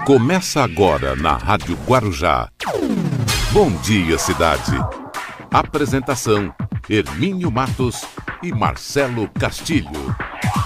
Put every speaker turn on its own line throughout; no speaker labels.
Começa agora na Rádio Guarujá. Bom dia, cidade. Apresentação: Hermínio Matos e Marcelo Castilho.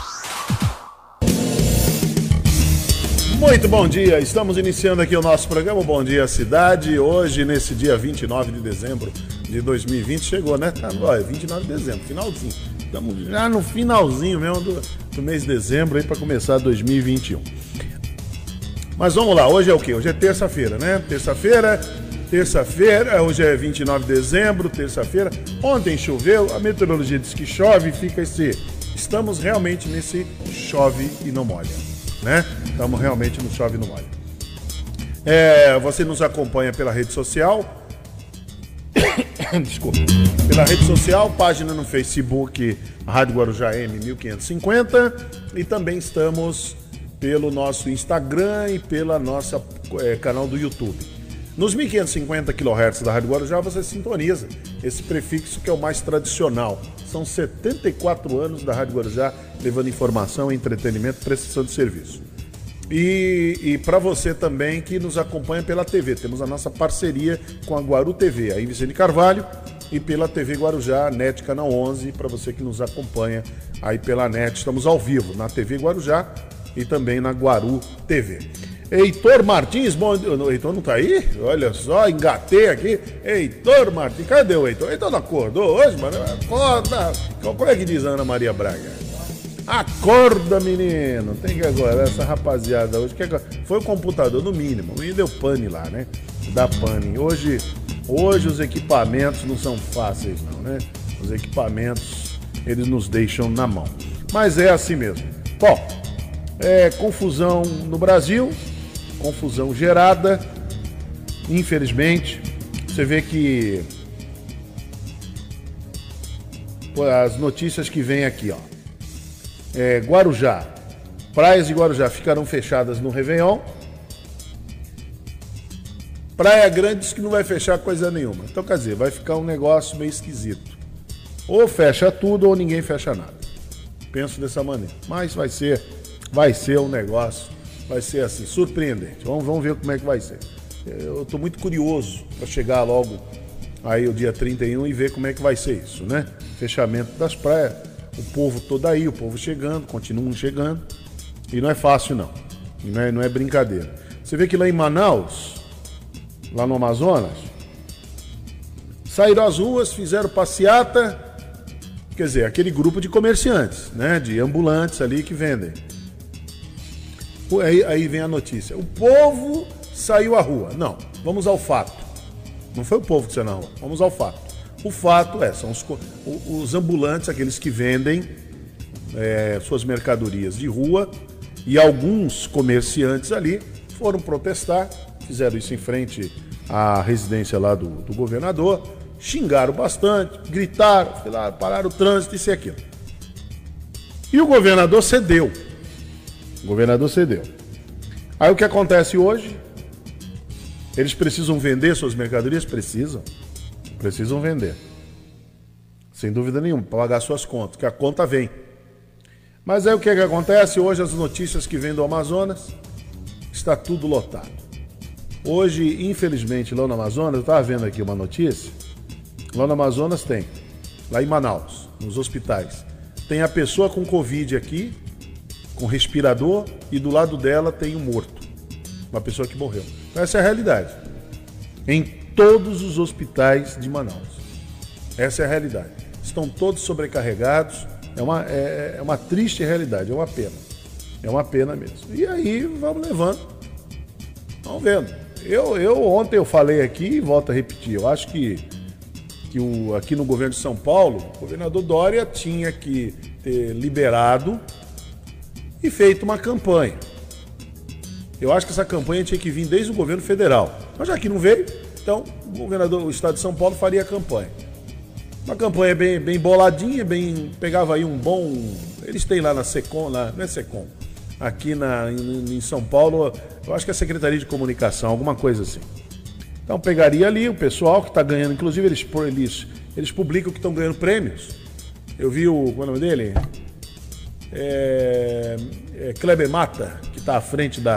Muito bom dia, estamos iniciando aqui o nosso programa Bom Dia Cidade. Hoje, nesse dia 29 de dezembro de 2020, chegou, né? Tá, 29 de dezembro, finalzinho. Estamos já no finalzinho mesmo do mês de dezembro aí para começar 2021. Mas vamos lá, hoje é o quê? Hoje é terça-feira, né? Terça-feira, hoje é 29 de dezembro, terça-feira. Ontem choveu, a meteorologia diz que chove, fica esse... Estamos realmente nesse chove e não molha, né? Estamos realmente no chove e não molha. Você nos acompanha pela rede social. Desculpa. Pela rede social, página no Facebook, Rádio Guarujá M1550. E também estamos pelo nosso Instagram e pela nossa canal do YouTube. Nos 1550 kHz da Rádio Guarujá você sintoniza esse prefixo que é o mais tradicional. São 74 anos da Rádio Guarujá levando informação, entretenimento, prestação de serviço. E para você também que nos acompanha pela TV, temos a nossa parceria com a Guaru TV, aí Vicente Carvalho, e pela TV Guarujá, NET Canal 11, para você que nos acompanha aí pela NET. Estamos ao vivo na TV Guarujá e também na Guaru TV. Heitor Martins, bom... O Heitor não tá aí? Olha só, engatei aqui. Heitor Martins, cadê o Heitor? Heitor não acordou hoje, mano? Acorda! Como é que diz a Ana Maria Braga? Acorda, menino! Tem que agora, essa rapaziada hoje, foi o computador no mínimo, e deu pane lá, né? Dá pane. Hoje os equipamentos não são fáceis não, né? Os equipamentos, eles nos deixam na mão. Mas é assim mesmo. Bom, confusão no Brasil, confusão gerada, infelizmente. Você vê que as notícias que vêm aqui, ó. Guarujá, praias de Guarujá ficarão fechadas no Réveillon. Praia Grande diz que não vai fechar coisa nenhuma. Então, quer dizer, vai ficar um negócio meio esquisito. Ou fecha tudo ou ninguém fecha nada. Penso dessa maneira. Mas vai ser um negócio, vai ser assim, surpreendente. Vamos ver como é que vai ser. Eu estou muito curioso para chegar logo aí o dia 31 e ver como é que vai ser isso, né? Fechamento das praias, o povo todo aí, o povo chegando, continuam chegando. E não é fácil não, não é brincadeira. Você vê que lá em Manaus, lá no Amazonas, saíram às ruas, fizeram passeata, quer dizer, aquele grupo de comerciantes, né? De ambulantes ali que vendem. Aí vem a notícia. O povo saiu à rua. Não, vamos ao fato. Não foi o povo que saiu na rua. Vamos ao fato. O fato são os ambulantes, aqueles que vendem suas mercadorias de rua, e alguns comerciantes ali foram protestar, fizeram isso em frente à residência lá do governador, xingaram bastante, gritaram, pararam o trânsito, isso e aquilo. E o governador cedeu. Aí o que acontece hoje? Eles precisam vender suas mercadorias? Precisam vender. Sem dúvida nenhuma, para pagar suas contas, que a conta vem. Mas aí o que acontece? Hoje as notícias que vêm do Amazonas, está tudo lotado. Hoje, infelizmente, lá no Amazonas, eu estava vendo aqui uma notícia, lá no Amazonas tem, lá em Manaus, nos hospitais, tem a pessoa com Covid aqui, com respirador, e do lado dela tem um morto, uma pessoa que morreu. Então essa é a realidade. Em todos os hospitais de Manaus. Essa é a realidade. Estão todos sobrecarregados. É uma triste realidade, é uma pena. É uma pena mesmo. E aí vamos levando. Vamos vendo. Ontem eu falei aqui e volto a repetir. Eu acho que aqui no governo de São Paulo, o governador Dória tinha que ter liberado e feito uma campanha. Eu acho que essa campanha tinha que vir desde o governo federal. Mas já que não veio, então o estado de São Paulo faria a campanha. Uma campanha bem boladinha, pegava aí um bom... Eles têm lá na Secom, não é Secom, aqui em São Paulo, eu acho que é a Secretaria de Comunicação, alguma coisa assim. Então pegaria ali o pessoal que está ganhando, inclusive eles publicam que estão ganhando prêmios. Eu vi qual é o nome dele? Kleber Mata, que está à frente da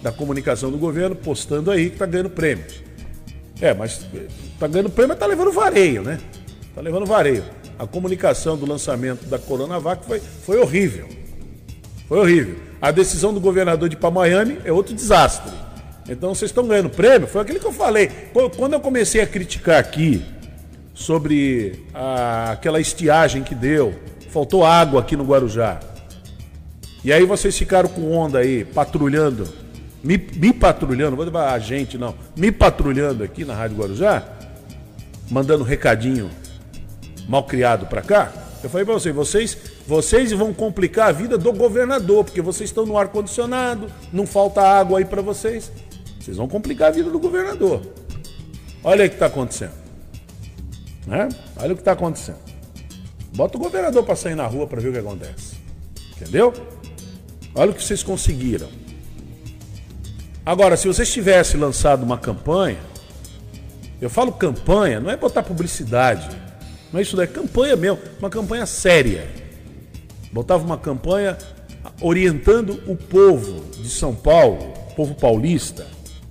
da comunicação do governo postando aí que está ganhando prêmios. Mas está ganhando prêmio, mas está levando vareio, né? Está levando vareio. A comunicação do lançamento da Coronavac foi horrível. Foi horrível. A decisão do governador de ir para Miami é outro desastre. Então vocês estão ganhando prêmio, foi aquilo que eu falei. Quando eu comecei a criticar aqui sobre aquela estiagem que deu, faltou água aqui no Guarujá. E aí vocês ficaram com onda aí, patrulhando, me patrulhando, vou levar a gente não, me patrulhando aqui na Rádio Guarujá, mandando recadinho mal criado para cá. Eu falei para vocês vão complicar a vida do governador, porque vocês estão no ar-condicionado, não falta água aí para vocês. Vocês vão complicar a vida do governador. Olha aí o que está acontecendo. Né? Olha o que está acontecendo. Bota o governador para sair na rua para ver o que acontece. Entendeu? Olha o que vocês conseguiram. Agora, se vocês tivessem lançado uma campanha, eu falo campanha, não é botar publicidade, não é isso, é campanha mesmo, uma campanha séria. Botava uma campanha orientando o povo de São Paulo, o povo paulista.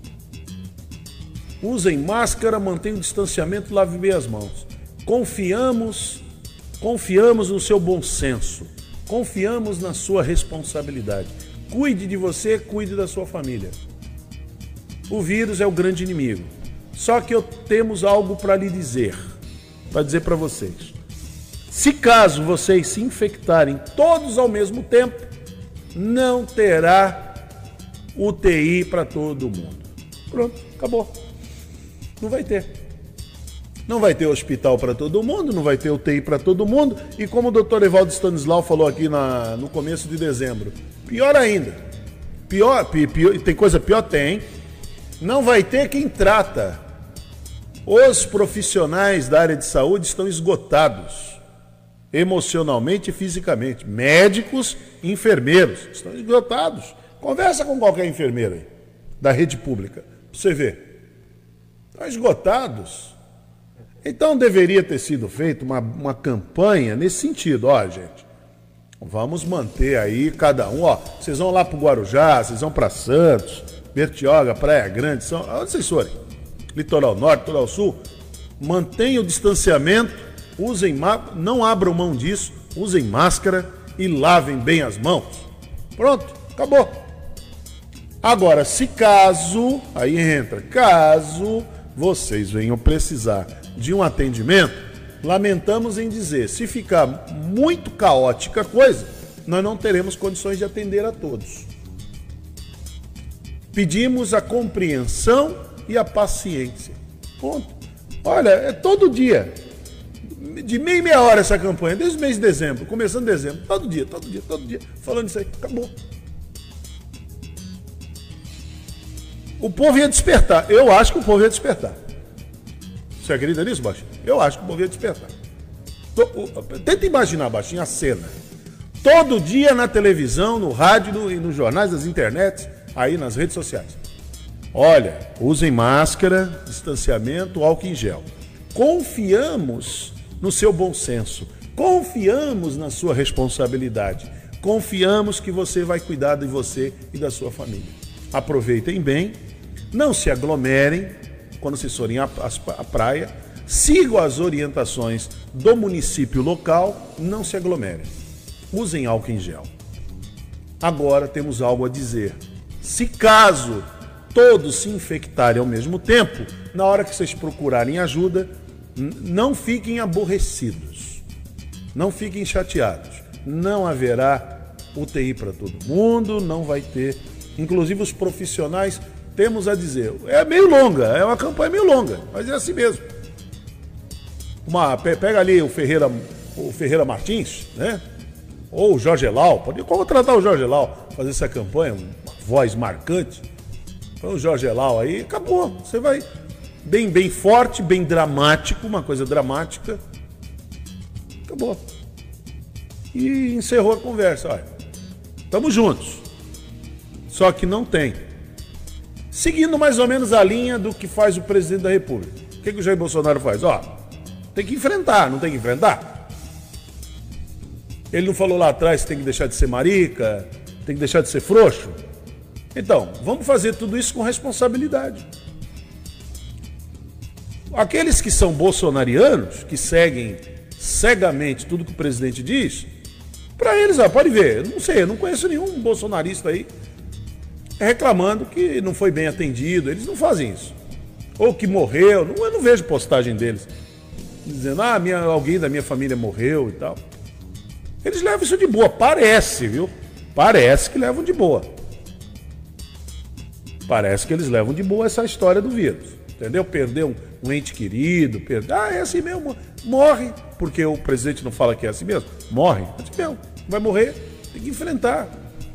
Usem máscara, mantenham o distanciamento, lavem bem as mãos. Confiamos no seu bom senso. Confiamos na sua responsabilidade. Cuide de você, cuide da sua família. O vírus é o grande inimigo. Só que temos algo para lhe dizer, para dizer para vocês. Se caso vocês se infectarem todos ao mesmo tempo, não terá UTI para todo mundo. Pronto, acabou. Não vai ter. Não vai ter hospital para todo mundo, não vai ter UTI para todo mundo. E como o doutor Evaldo Stanislau falou aqui no começo de dezembro, pior ainda. Pior, tem coisa pior? Tem. Não vai ter quem trata. Os profissionais da área de saúde estão esgotados, emocionalmente e fisicamente. Médicos, enfermeiros, estão esgotados. Conversa com qualquer enfermeiro aí, da rede pública, para você ver. Estão esgotados. Então deveria ter sido feita uma campanha nesse sentido. Ó, gente, vamos manter aí cada um. Ó, vocês vão lá para o Guarujá, vocês vão para Santos, Bertioga, Praia Grande, onde vocês forem? Litoral Norte, Litoral Sul. Mantenham o distanciamento, não abram mão disso, usem máscara e lavem bem as mãos. Pronto, acabou. Agora, caso vocês venham precisar de um atendimento, lamentamos em dizer, se ficar muito caótica a coisa, nós não teremos condições de atender a todos. Pedimos a compreensão e a paciência. Ponto. Olha, é todo dia. De meia em meia hora essa campanha, desde o mês de dezembro, começando dezembro, todo dia, falando isso aí, acabou. O povo ia despertar. Eu acho que o povo ia despertar. Você acredita nisso, Baixinho? Eu acho que o povo ia despertar. Tenta imaginar, Baixinho, a cena. Todo dia na televisão, no rádio e nos jornais, nas internets, aí nas redes sociais. Olha, usem máscara, distanciamento, álcool em gel. Confiamos no seu bom senso. Confiamos na sua responsabilidade. Confiamos que você vai cuidar de você e da sua família. Aproveitem bem, não se aglomerem quando vocês forem à praia, sigam as orientações do município local, não se aglomerem, usem álcool em gel. Agora temos algo a dizer. Se caso todos se infectarem ao mesmo tempo, na hora que vocês procurarem ajuda, não fiquem aborrecidos, não fiquem chateados, não haverá UTI para todo mundo, não vai ter. Inclusive os profissionais, temos a dizer, é meio longa, é uma campanha meio longa, mas é assim mesmo. Pega ali o Ferreira Martins, né? Ou o Jorge Elau, pode contratar o Jorge Elau, fazer essa campanha, uma voz marcante. Põe o Jorge Elau aí, acabou. Você vai bem forte, bem dramático, uma coisa dramática. Acabou. E encerrou a conversa. Olha, estamos juntos. Só que não tem. Seguindo mais ou menos a linha do que faz o presidente da República. O que o Jair Bolsonaro faz? Ó, tem que enfrentar, não tem que enfrentar? Ele não falou lá atrás que tem que deixar de ser marica, tem que deixar de ser frouxo? Então, vamos fazer tudo isso com responsabilidade. Aqueles que são bolsonarianos, que seguem cegamente tudo que o presidente diz, para eles, pode ver, não sei, eu não conheço nenhum bolsonarista aí reclamando que não foi bem atendido, eles não fazem isso. Ou que morreu, eu não vejo postagem deles dizendo, alguém da minha família morreu e tal. Eles levam isso de boa, parece, viu? Parece que levam de boa. Parece que eles levam de boa essa história do vírus, entendeu? Perder um ente querido, é assim mesmo, morre, porque o presidente não fala que é assim mesmo, morre, é assim mesmo, vai morrer, tem que enfrentar.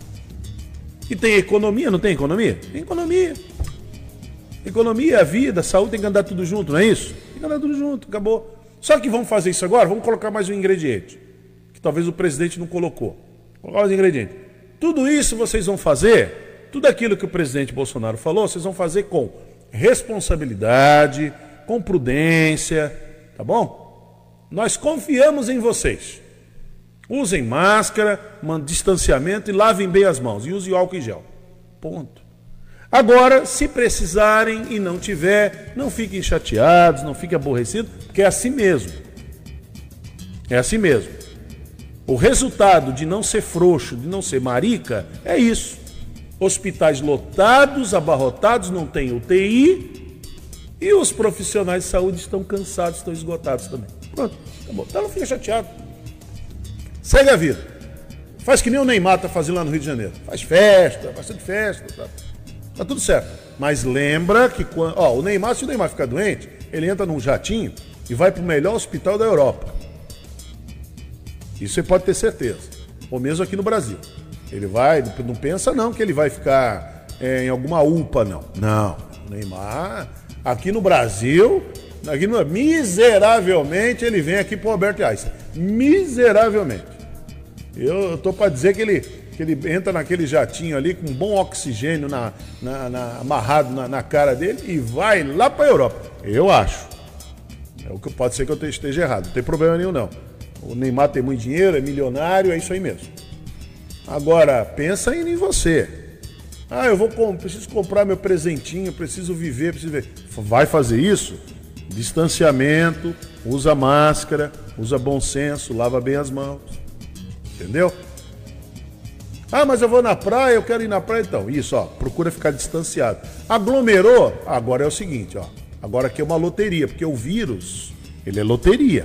E tem economia, não tem economia? Tem economia. Economia, a vida, a saúde tem que andar tudo junto, não é isso? Tem que andar tudo junto, acabou. Só que vamos fazer isso agora, vamos colocar mais um ingrediente, que talvez o presidente não colocou. Colocar mais um ingrediente. Tudo isso vocês vão fazer, tudo aquilo que o presidente Bolsonaro falou, vocês vão fazer com responsabilidade, com prudência, tá bom? Nós confiamos em vocês. Usem máscara, distanciamento e lavem bem as mãos. E usem o álcool em gel. Ponto. Agora, se precisarem e não tiver, não fiquem chateados, não fiquem aborrecidos, porque é assim mesmo. É assim mesmo. O resultado de não ser frouxo, de não ser marica, é isso. Hospitais lotados, abarrotados, não tem UTI e os profissionais de saúde estão cansados, estão esgotados também. Pronto, acabou. Então não fica chateado. Segue a vida. Faz que nem o Neymar tá fazendo lá no Rio de Janeiro. Faz festa, bastante festa, tá tudo certo. Mas lembra que quando, o Neymar, se o Neymar ficar doente, ele entra num jatinho e vai pro melhor hospital da Europa. Isso você pode ter certeza. Ou mesmo aqui no Brasil. Ele vai, não pensa não que ele vai ficar em alguma UPA, não. Não, o Neymar, aqui no Brasil, miseravelmente ele vem aqui pro Alberto Einstein. Miseravelmente. Eu tô para dizer que ele entra naquele jatinho ali com bom oxigênio amarrado na cara dele e vai lá para a Europa. Eu acho. Pode ser que eu esteja errado, não tem problema nenhum não. O Neymar tem muito dinheiro, é milionário, é isso aí mesmo. Agora, pensa em você. Preciso comprar meu presentinho, preciso viver, preciso ver. Vai fazer isso? Distanciamento, usa máscara, usa bom senso, lava bem as mãos. Entendeu? Mas eu vou na praia, eu quero ir na praia, então. Isso, procura ficar distanciado. Aglomerou? Agora é o seguinte, agora aqui é uma loteria, porque o vírus, ele é loteria.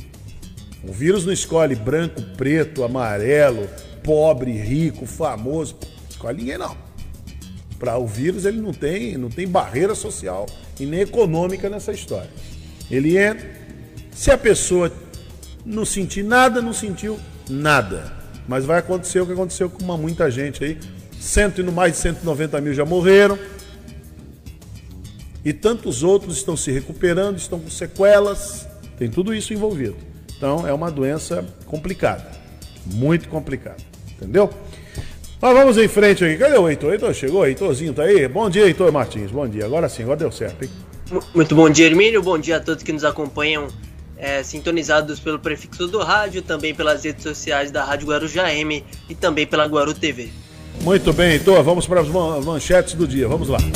O vírus não escolhe branco, preto, amarelo, pobre, rico, famoso. Escolhe ninguém, não. Para o vírus, ele não tem barreira social e nem econômica nessa história. Ele entra. Se a pessoa não sentir nada, não sentiu nada. Mas vai acontecer o que aconteceu com muita gente aí. Mais de 190 mil já morreram. E tantos outros estão se recuperando, estão com sequelas. Tem tudo isso envolvido. Então é uma doença complicada. Muito complicada. Entendeu? Mas vamos em frente aqui. Cadê o Heitor? Heitor chegou? Heitorzinho tá aí? Bom dia, Heitor Martins. Bom dia. Agora sim, agora deu certo, hein?
Muito bom dia, Hermínio. Bom dia a todos que nos acompanham sintonizados pelo prefixo do rádio, também pelas redes sociais da Rádio Guarujá M e também pela Guaru TV.
Muito bem, Heitor. Vamos para as manchetes do dia. Vamos lá.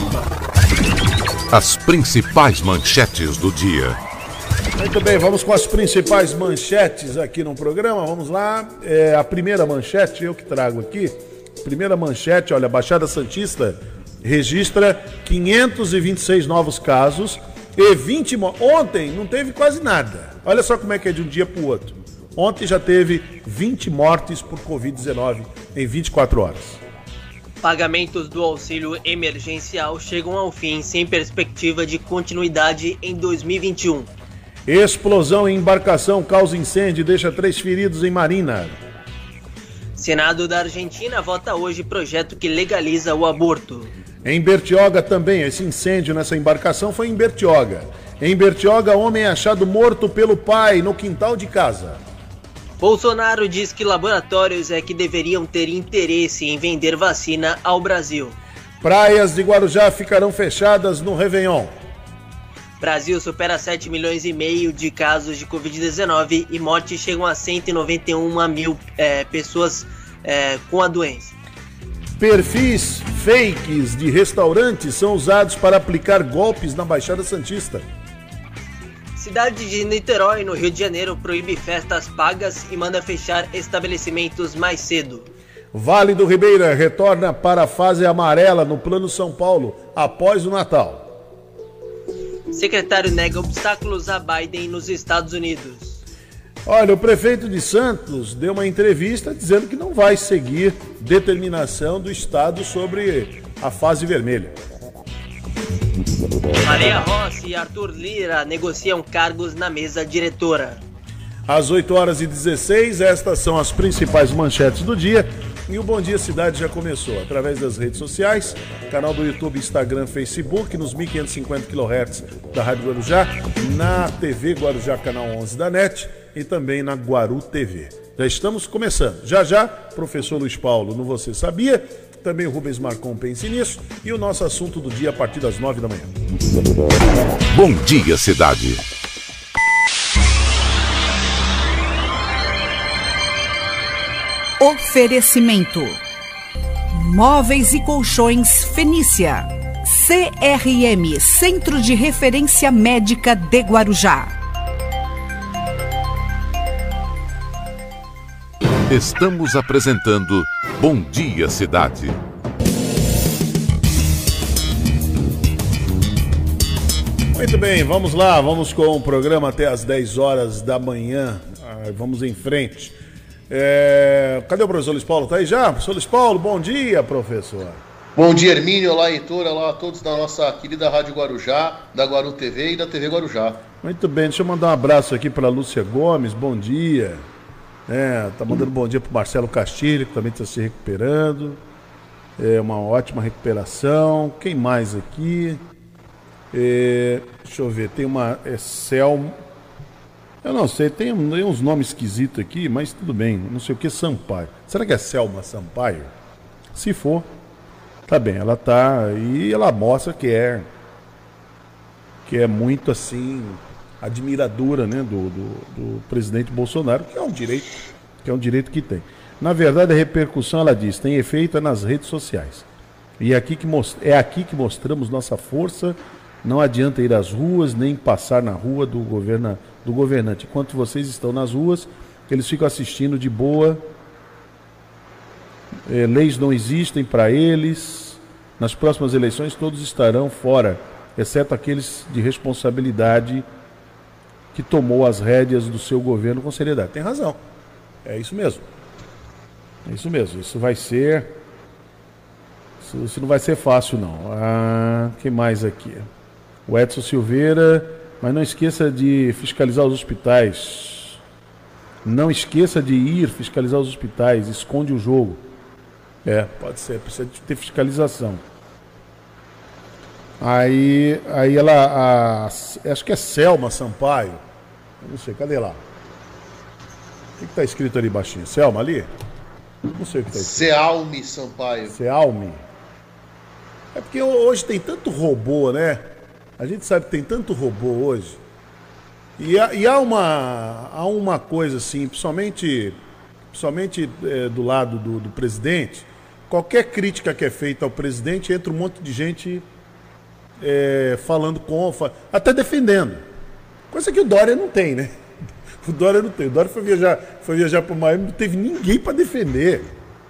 As principais manchetes do dia.
Muito bem, vamos com as principais manchetes aqui no programa. Vamos lá. A primeira manchete, eu que trago aqui. Primeira manchete, olha, a Baixada Santista registra 526 novos casos e 20 mortes. Ontem não teve quase nada. Olha só como é que é de um dia para o outro. Ontem já teve 20 mortes por Covid-19 em 24 horas.
Pagamentos do auxílio emergencial chegam ao fim sem perspectiva de continuidade em 2021.
Explosão em embarcação causa incêndio e deixa 3 feridos em Marina.
Senado da Argentina vota hoje projeto que legaliza o aborto.
Em Bertioga também, esse incêndio nessa embarcação foi em Bertioga. Em Bertioga, homem é achado morto pelo pai no quintal de casa.
Bolsonaro diz que laboratórios que deveriam ter interesse em vender vacina ao Brasil.
Praias de Guarujá ficarão fechadas no Réveillon.
Brasil supera 7 milhões e meio de casos de Covid-19 e mortes chegam a 191 mil pessoas com a doença.
Perfis fakes de restaurantes são usados para aplicar golpes na Baixada Santista.
Cidade de Niterói, no Rio de Janeiro, proíbe festas pagas e manda fechar estabelecimentos mais cedo.
Vale do Ribeira retorna para a fase amarela no Plano São Paulo após o Natal.
Secretário nega obstáculos a Biden nos Estados Unidos.
Olha, o prefeito de Santos deu uma entrevista dizendo que não vai seguir determinação do Estado sobre a fase vermelha.
Maria Rossi e Arthur Lira negociam cargos na mesa diretora.
Às 8h16, estas são as principais manchetes do dia. E o Bom Dia Cidade já começou através das redes sociais, canal do YouTube, Instagram, Facebook, nos 1550 kHz da Rádio Guarujá, na TV Guarujá, canal 11 da NET e também na Guaru TV. Já estamos começando. Já já, professor Luiz Paulo, no Você Sabia? Também o Rubens Marcon, pense nisso. E o nosso assunto do dia a partir das 9 da manhã.
Bom Dia Cidade.
Oferecimento: Móveis e Colchões Fenícia. CRM, Centro de Referência Médica de Guarujá.
Estamos apresentando Bom Dia Cidade.
Muito bem, vamos lá, vamos com o programa até as 10 horas da manhã. Vamos em frente. Cadê o professor Luiz Paulo? Tá aí já? Professor Luiz Paulo, bom dia, professor.
Bom dia, Hermínio. Olá, Heitor. Olá a todos da nossa querida Rádio Guarujá, da Guaru TV e da TV Guarujá.
Muito bem, deixa eu mandar um abraço aqui para a Lúcia Gomes, bom dia. Tá mandando bom dia para o Marcelo Castilho, que também está se recuperando. Uma ótima recuperação. Quem mais aqui? Deixa eu ver, tem uma Selma. Eu não sei, tem uns nomes esquisitos aqui, mas tudo bem, não sei o que, Sampaio. Será que é Selma Sampaio? Se for, tá bem, ela tá aí, ela mostra que é muito assim, admiradora, né, do presidente Bolsonaro, que é um direito que tem. Na verdade, a repercussão, ela diz, tem efeito nas redes sociais. E é aqui que mostramos nossa força. Não adianta ir às ruas, nem passar na rua do governante. Enquanto vocês estão nas ruas, eles ficam assistindo de boa. Leis não existem para eles. Nas próximas eleições, todos estarão fora, exceto aqueles de responsabilidade que tomou as rédeas do seu governo com seriedade. Tem razão. É isso mesmo. É isso mesmo. Isso não vai ser fácil, não. Que mais aqui? O Edson Silveira, mas não esqueça de fiscalizar os hospitais. Não esqueça de ir fiscalizar os hospitais, esconde o jogo. Pode ser, precisa de ter fiscalização. Aí ela, acho que é Selma Sampaio. Eu não sei, cadê lá? O que está escrito ali baixinho? Selma ali? Não sei o que está escrito.
Sealme Sampaio.
Sealme. É porque hoje tem tanto robô, né? A gente sabe que tem tanto robô hoje. E há uma coisa assim, principalmente do lado do presidente, qualquer crítica que é feita ao presidente, entra um monte de gente falando até defendendo. Coisa que o Dória não tem, né? O Dória não tem. O Dória foi viajar para o Miami, não teve ninguém para defender.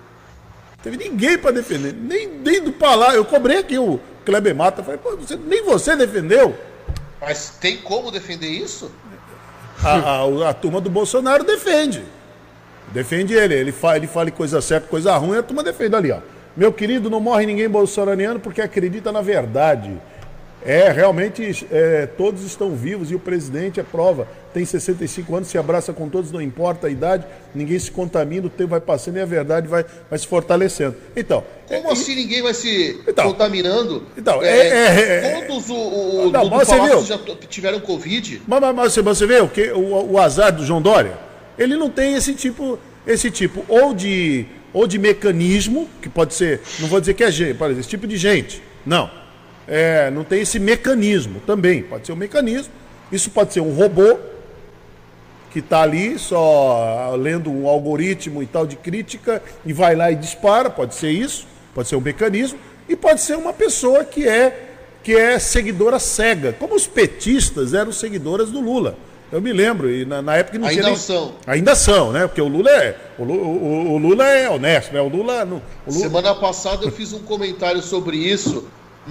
Nem do Palácio. Eu cobrei aqui o Kleber Mata. Falei, nem você defendeu.
Mas tem como defender isso?
A turma do Bolsonaro defende. Defende ele. Ele fala coisa certa, coisa ruim, a turma defende ali, ó. Meu querido, não morre ninguém bolsonariano porque acredita na verdade. Realmente, todos estão vivos e o presidente é prova. Tem 65 anos, se abraça com todos, não importa a idade, ninguém se contamina, o tempo vai passando e a verdade vai se fortalecendo. Então,
como assim ninguém vai se contaminando?
Então,
todos do Palácio já tiveram Covid.
Mas você vê o azar do João Dória? Ele não tem esse tipo ou de mecanismo, que pode ser, não vou dizer que é gente, por exemplo, esse tipo de gente. Não. Não tem esse mecanismo também. Pode ser um mecanismo. Isso pode ser um robô que está ali só lendo um algoritmo e tal de crítica e vai lá e dispara. Pode ser isso. Pode ser um mecanismo e pode ser uma pessoa que é seguidora cega, como os petistas eram seguidoras do Lula. Eu me lembro, e na época não tinha
Ainda são.
Ainda são, né? Porque o Lula é honesto, né? O Lula...
Semana passada eu fiz um comentário sobre isso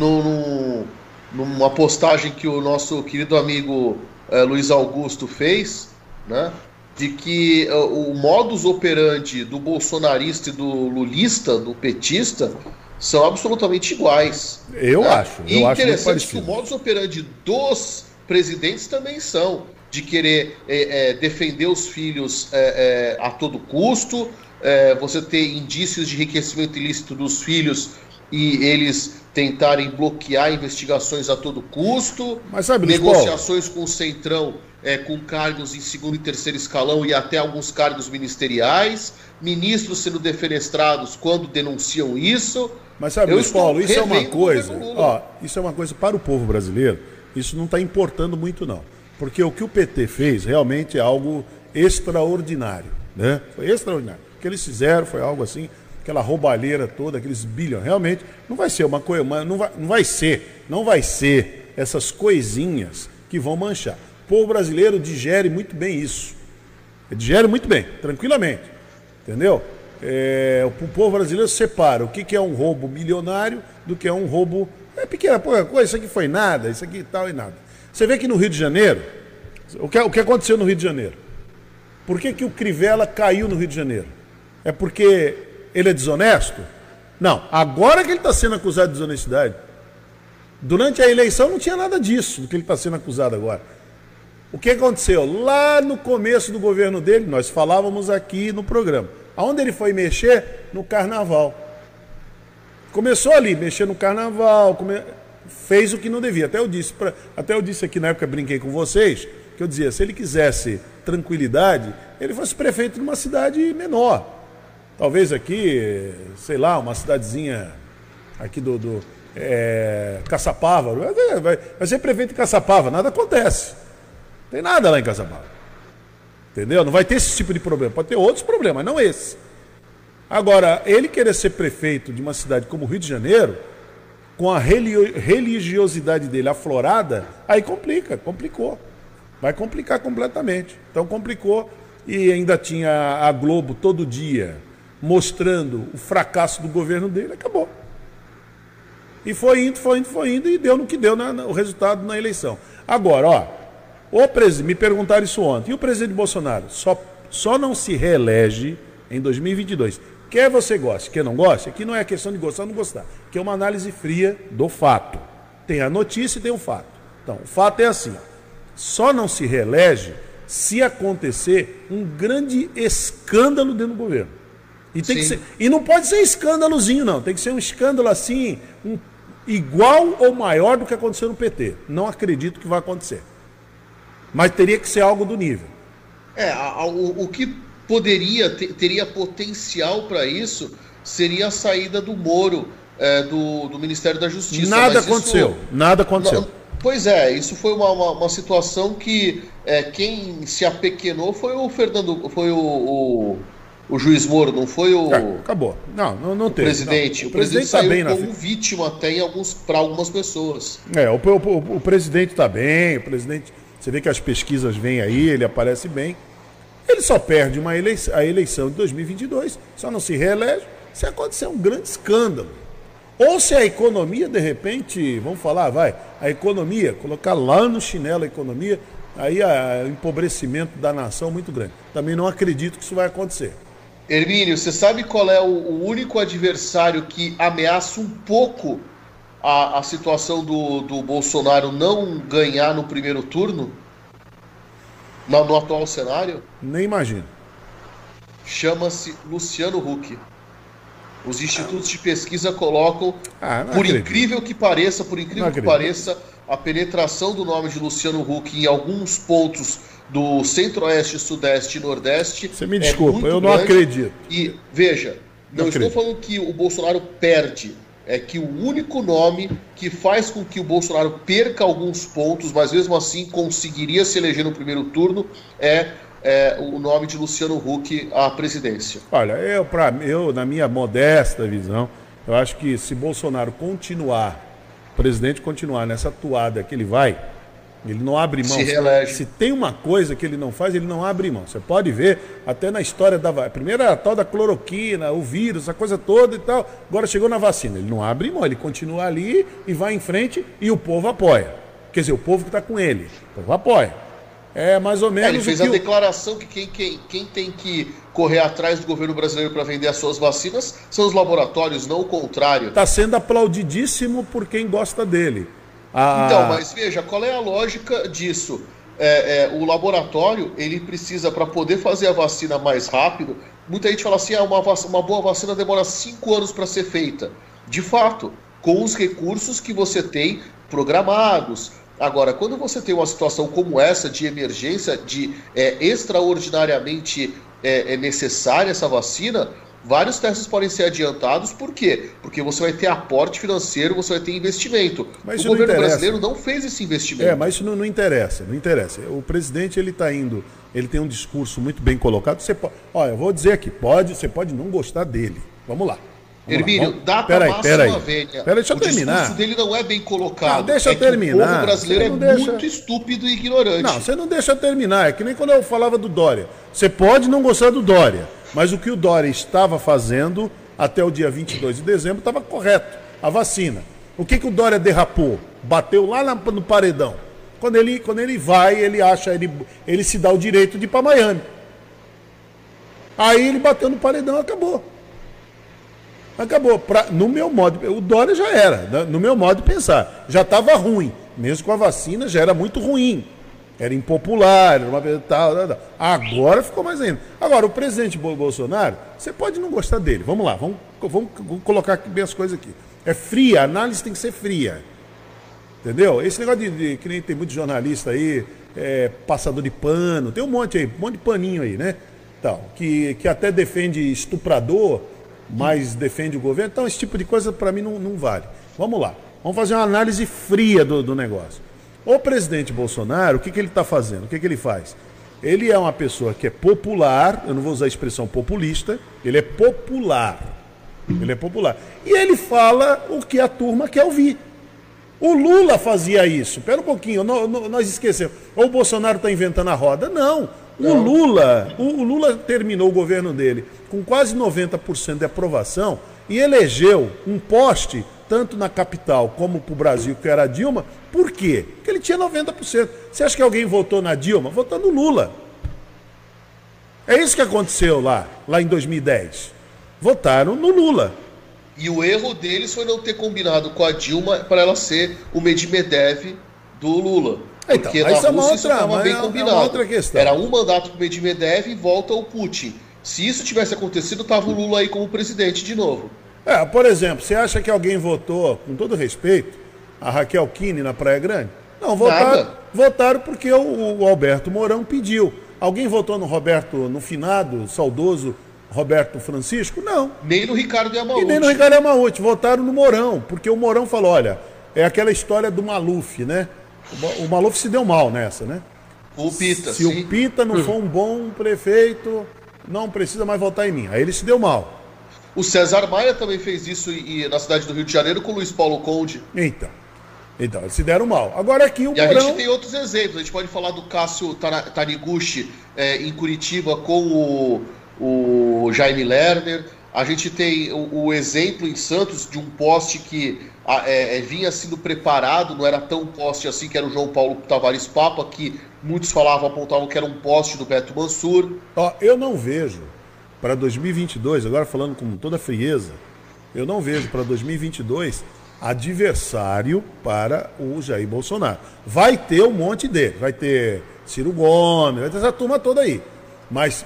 numa postagem que o nosso querido amigo Luiz Augusto fez, né? De que o modus operandi do bolsonarista e do lulista, do petista, são absolutamente iguais.
Eu
né?
acho.
E
eu acho
interessante que o modus operandi dos presidentes também são de querer defender os filhos a todo custo, você ter indícios de enriquecimento ilícito dos filhos e eles tentarem bloquear investigações a todo custo,
mas sabe,
negociações com o Centrão com cargos em segundo e terceiro escalão e até alguns cargos ministeriais, ministros sendo defenestrados quando denunciam isso.
Mas sabe, Luiz Paulo, isso é uma coisa, isso é uma coisa para o povo brasileiro, isso não está importando muito não. Porque o que o PT fez realmente é algo extraordinário, né? Foi extraordinário. O que eles fizeram foi algo assim, aquela roubalheira toda, aqueles bilhões. Realmente não vai ser uma coisa, não vai ser essas coisinhas que vão manchar. O povo brasileiro digere muito bem isso. Ele digere muito bem, tranquilamente. Entendeu? O povo brasileiro separa o que é um roubo milionário do que é um roubo pequena coisa, isso aqui foi nada, isso aqui tal e nada. Você vê que no Rio de Janeiro, o que aconteceu no Rio de Janeiro? Por que o Crivella caiu no Rio de Janeiro? É porque ele é desonesto? Não, agora que ele está sendo acusado de desonestidade. Durante a eleição não tinha nada disso, do que ele está sendo acusado agora. O que aconteceu? Lá no começo do governo dele, nós falávamos aqui no programa. Aonde ele foi mexer? No carnaval. Começou ali, mexer no carnaval, fez o que não devia. Até eu disse aqui na época, brinquei com vocês, que eu dizia, se ele quisesse tranquilidade, ele fosse prefeito de uma cidade menor. Talvez aqui, sei lá, uma cidadezinha aqui do Caçapava. Vai ser prefeito de Caçapava, nada acontece. Não tem nada lá em Caçapava. Entendeu? Não vai ter esse tipo de problema. Pode ter outros problemas, mas não esse. Agora, ele querer ser prefeito de uma cidade como o Rio de Janeiro, com a religiosidade dele aflorada, aí complicou. Vai complicar completamente. Então complicou e ainda tinha a Globo todo dia mostrando o fracasso do governo dele, acabou. E foi indo e deu no que deu o resultado na eleição. Agora, me perguntaram isso ontem, e o presidente Bolsonaro só não se reelege em 2022. Quer você goste, quer não goste, aqui não é questão de gostar ou não gostar, que é uma análise fria do fato. Tem a notícia e tem o fato. Então, o fato é assim, só não se reelege se acontecer um grande escândalo dentro do governo. E, tem que ser, e não pode ser escândalozinho, não. Tem que ser um escândalo assim, igual ou maior do que aconteceu no PT. Não acredito que vai acontecer. Mas teria que ser algo do nível.
O que teria potencial para isso seria a saída do Moro do Ministério da Justiça.
Nada aconteceu.
Pois é, isso foi uma situação que quem se apequenou foi o juiz Moro, não foi o...
Acabou. Não teve.
Presidente.
Não.
O presidente
tá
saiu
bem
como vítima até para algumas pessoas.
O presidente está bem, o presidente... Você vê que as pesquisas vêm aí, ele aparece bem. Ele só perde a eleição de 2022, só não se reelege se acontecer um grande escândalo. Ou se a economia, de repente, vamos falar, a economia, colocar lá no chinelo a economia, aí o empobrecimento da nação é muito grande. Também não acredito que isso vai acontecer.
Hermínio, você sabe qual é o único adversário que ameaça um pouco a situação do Bolsonaro não ganhar no primeiro turno? No atual cenário?
Nem imagino.
Chama-se Luciano Huck. Os institutos de pesquisa colocam, por incrível que pareça, a penetração do nome de Luciano Huck em alguns pontos do Centro-Oeste, Sudeste e Nordeste.
Você me desculpa, eu não acredito.
E veja, não estou falando que o Bolsonaro perde, é que o único nome que faz com que o Bolsonaro perca alguns pontos, mas mesmo assim conseguiria se eleger no primeiro turno, é o nome de Luciano Huck à presidência.
Olha, eu, na minha modesta visão, Eu acho que se Bolsonaro continuar, o presidente continuar nessa toada que ele vai, ele não abre mão.
Se reelege.
Se tem uma coisa que ele não faz, ele não abre mão. Você pode ver até na história da vacina. Primeiro era a tal da cloroquina, o vírus, a coisa toda e tal. Agora chegou na vacina. Ele não abre mão, ele continua ali e vai em frente e o povo apoia. Quer dizer, o povo que está com ele. O povo apoia. É mais ou menos.
Ele fez a declaração que quem tem que correr atrás do governo brasileiro para vender as suas vacinas são os laboratórios, não o contrário.
Está sendo aplaudidíssimo por quem gosta dele.
Então, mas veja, qual é a lógica disso? O laboratório, ele precisa, para poder fazer a vacina mais rápido, muita gente fala assim, uma boa vacina demora 5 anos para ser feita. De fato, com os recursos que você tem programados. Agora, quando você tem uma situação como essa, de emergência, de extraordinariamente necessária essa vacina, vários testes podem ser adiantados. Por quê? Porque você vai ter aporte financeiro, você vai ter investimento.
Mas
o governo brasileiro não fez esse investimento.
Mas isso não interessa, não interessa. O presidente, ele está indo, ele tem um discurso muito bem colocado. Eu vou dizer aqui, você pode não gostar dele. Vamos lá.
Hermínio, data máxima vênia.
Deixa eu terminar.
O discurso dele não é bem colocado.
Não, deixa eu terminar.
O povo brasileiro muito estúpido e ignorante.
Não, você não deixa eu terminar. É que nem quando eu falava do Dória. Você pode não gostar do Dória, mas o que o Dória estava fazendo até o dia 22 de dezembro estava correto. A vacina. O que o Dória derrapou? Bateu lá no paredão. Quando ele vai, ele se dá o direito de ir para Miami. Aí ele bateu no paredão e acabou. No meu modo, o Dória já era, no meu modo de pensar, já estava ruim, mesmo com a vacina já era muito ruim, era impopular, era uma tal. Agora ficou mais ainda. Agora, o presidente Bolsonaro, você pode não gostar dele, vamos lá, vamos colocar aqui bem as coisas aqui. É fria, a análise tem que ser fria, entendeu? Esse negócio que nem tem muito jornalista aí, passador de pano, tem um monte de paninho aí, né? Então, que até defende estuprador, mas defende o governo. Então, esse tipo de coisa, para mim, não vale. Vamos lá. Vamos fazer uma análise fria do negócio. O presidente Bolsonaro, o que ele está fazendo? O que ele faz? Ele é uma pessoa que é popular, eu não vou usar a expressão populista, ele é popular. Ele é popular. E ele fala o que a turma quer ouvir. O Lula fazia isso. Espera um pouquinho, nós esquecemos. Ou o Bolsonaro está inventando a roda? Não. O Lula terminou o governo dele com quase 90% de aprovação e elegeu um poste, tanto na capital como para o Brasil, que era a Dilma. Por quê? Porque ele tinha 90%. Você acha que alguém votou na Dilma? Votou no Lula. É isso que aconteceu lá em 2010. Votaram no Lula.
E o erro deles foi não ter combinado com a Dilma para ela ser o Medvedev do Lula. Porque
então,
na Rússia isso estava bem combinado.
É uma outra questão.
Era um mandato para o Medvedev e volta o Putin. Se isso tivesse acontecido, estava o Lula aí como presidente de novo.
Por exemplo, você acha que alguém votou, com todo respeito, a Raquel Kine na Praia Grande? Não, votaram porque o Alberto Mourão pediu. Alguém votou no finado, saudoso Roberto Francisco? Não.
Nem no Ricardo Yamauchi.
E nem no Ricardo Yamauchi. Votaram no Mourão, porque o Mourão falou, olha, é aquela história do Maluf, né? O Maluf se deu mal nessa, né?
O Pita,
Se o Pita não for um bom prefeito, não precisa mais votar em mim. Aí ele se deu mal.
O César Maia também fez isso na cidade do Rio de Janeiro com o Luiz Paulo Conde.
Então eles se deram mal. Agora aqui o
Mourão... E a gente tem outros exemplos. A gente pode falar do Cássio Taniguchi em Curitiba com o Jaime Lerner. A gente tem o exemplo em Santos de um poste que vinha sendo preparado, não era tão poste assim, que era o João Paulo Tavares Papa, que muitos apontavam que era um poste do Beto Mansur.
Eu não vejo para 2022, agora falando com toda frieza, eu não vejo para 2022 adversário para o Jair Bolsonaro. Vai ter um monte dele, vai ter Ciro Gomes, vai ter essa turma toda aí. Mas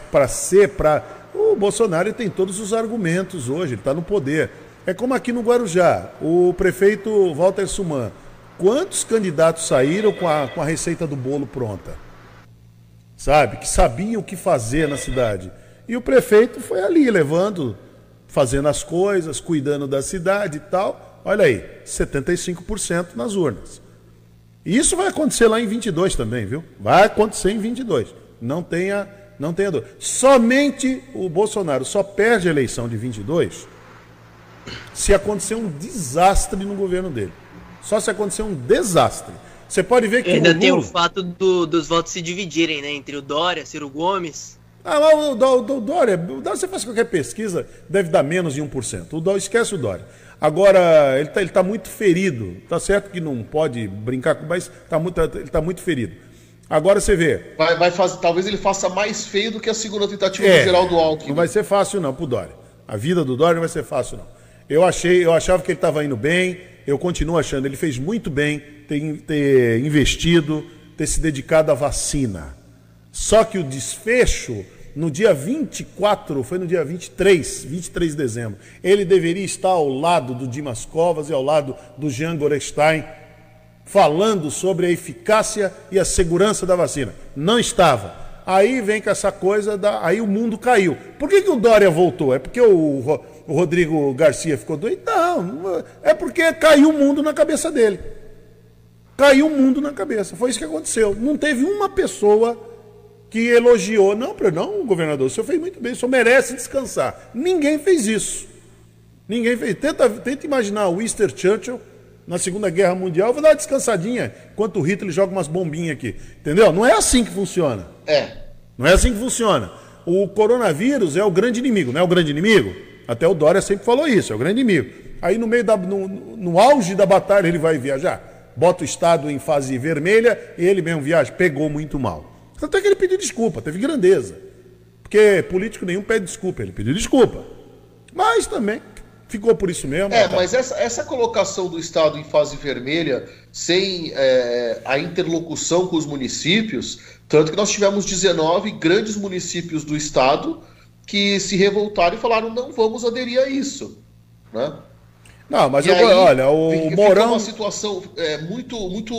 o Bolsonaro tem todos os argumentos hoje, ele está no poder. É como aqui no Guarujá, o prefeito Walter Suman. Quantos candidatos saíram com a receita do bolo pronta? Sabe? Que sabiam o que fazer na cidade. E o prefeito foi ali, fazendo as coisas, cuidando da cidade e tal. Olha aí, 75% nas urnas. E isso vai acontecer lá em 22 também, viu? Vai acontecer em 22. Não tenha dúvida. Somente o Bolsonaro só perde a eleição de 22 se acontecer um desastre no governo dele. Só se acontecer um desastre. Você pode ver que
ainda tem o fato dos votos se dividirem, né? Entre o Dória, Ciro Gomes.
Ah, mas o Dória, você faz qualquer pesquisa, deve dar menos de 1%. O Dória, esquece o Dória. Agora, ele tá muito ferido. Tá certo que não pode brincar com, mas ele tá muito ferido. Agora você vê.
Talvez ele faça mais feio do que a segunda tentativa do Geraldo Alckmin.
Não vai ser fácil não pro Dória. A vida do Dória não vai ser fácil não. Eu achava que ele estava indo bem, eu continuo achando. Ele fez muito bem ter investido, ter se dedicado à vacina. Só que o desfecho, no dia 24, foi no dia 23 de dezembro, ele deveria estar ao lado do Dimas Covas e ao lado do Jean Gorenstein, falando sobre a eficácia e a segurança da vacina. Não estava. Aí vem com essa coisa, aí o mundo caiu. Por que o Dória voltou? É porque o Rodrigo Garcia ficou doido? Não, é porque caiu o mundo na cabeça dele. Caiu o mundo na cabeça. Foi isso que aconteceu. Não teve uma pessoa que elogiou. Não, governador, o senhor fez muito bem, o senhor merece descansar. Ninguém fez isso. Ninguém fez. Tenta imaginar o Winston Churchill na Segunda Guerra Mundial. Vou dar uma descansadinha enquanto o Hitler joga umas bombinhas aqui. Entendeu? Não é assim que funciona. Não é assim que funciona. O coronavírus é o grande inimigo, não é o grande inimigo? Até o Dória sempre falou isso, é o grande inimigo. Aí no auge da batalha ele vai viajar. Bota o Estado em fase vermelha e ele mesmo viaja. Pegou muito mal. Tanto é que ele pediu desculpa, teve grandeza. Porque político nenhum pede desculpa, ele pediu desculpa. Mas também ficou por isso mesmo.
Mas essa colocação do Estado em fase vermelha, sem a interlocução com os municípios, tanto que nós tivemos 19 grandes municípios do Estado que se revoltaram e falaram, não vamos aderir a isso. Né?
Não, mas olha, o Mourão...
uma situação muito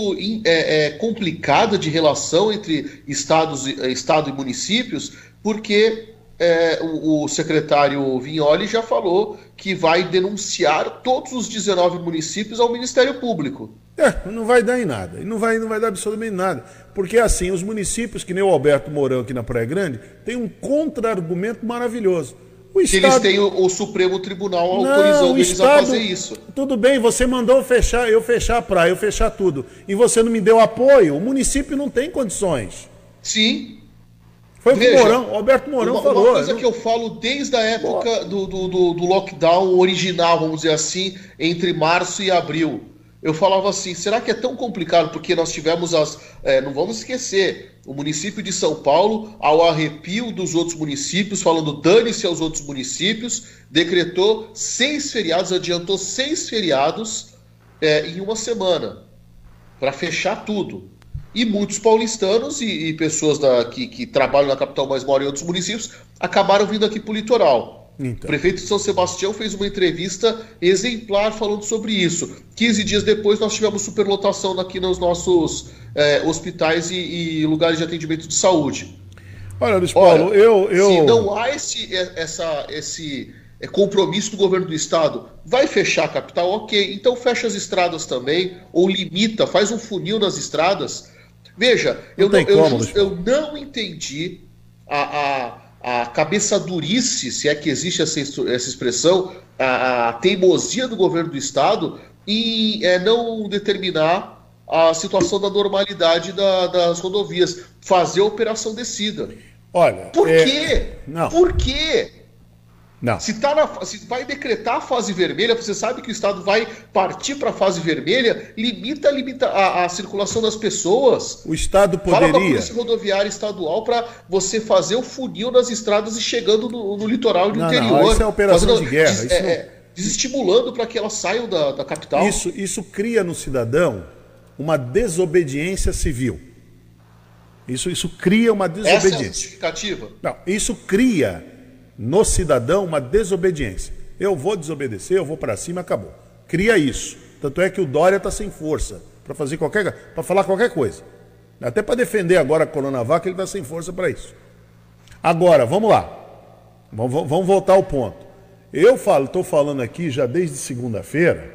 complicada de relação entre Estado e municípios, porque o secretário Vignoli já falou que vai denunciar todos os 19 municípios ao Ministério Público.
Não vai dar em nada, não vai dar absolutamente nada. Porque assim, os municípios, que nem o Alberto Mourão aqui na Praia Grande, tem um contra-argumento maravilhoso.
Que eles têm o Supremo Tribunal autorizando eles a fazer isso.
Tudo bem, você mandou eu fechar a praia, eu fechar tudo. E você não me deu apoio, o município não tem condições.
Sim.
Foi o que o Alberto Mourão falou.
Uma coisa que eu falo desde a época do lockdown original, vamos dizer assim, entre março e abril. Eu falava assim, será que é tão complicado? Porque nós tivemos não vamos esquecer, o município de São Paulo, ao arrepio dos outros municípios, falando dane-se aos outros municípios, decretou 6 feriados, adiantou 6 feriados em uma semana, para fechar tudo. E muitos paulistanos e pessoas que trabalham na capital, mas moram em outros municípios, acabaram vindo aqui para o litoral. Então. O prefeito de São Sebastião fez uma entrevista exemplar falando sobre isso. 15 dias depois nós tivemos superlotação aqui nos nossos hospitais e lugares de atendimento de saúde.
Olha, Luiz Paulo,
se não há esse compromisso do governo do estado, vai fechar a capital, ok, então fecha as estradas também, ou limita, faz um funil nas estradas. Veja, eu não entendi a cabeçadurice, se é que existe essa expressão, a teimosia do governo do estado em não determinar a situação da normalidade das rodovias, fazer a operação descida.
Olha,
por quê?
Não.
Por quê?
Não.
Se vai decretar a fase vermelha, você sabe que o estado vai partir para a fase vermelha, limita a circulação das pessoas.
O estado poderia...
Fala com a Polícia Rodoviária Estadual para você fazer o funil nas estradas e chegando no litoral e no interior.
Não, isso é operação de guerra.
Desestimulando para que elas saiam da capital.
Isso cria no cidadão uma desobediência civil. Isso cria uma desobediência.
Essa é a justificativa?
Não, isso cria no cidadão uma desobediência. Eu vou desobedecer, eu vou para cima, acabou. Cria isso. Tanto é que o Dória está sem força para falar qualquer coisa. Até para defender agora a Coronavac, ele está sem força para isso. Agora, vamos lá. Vamos voltar ao ponto. Eu estou falando aqui já desde segunda-feira,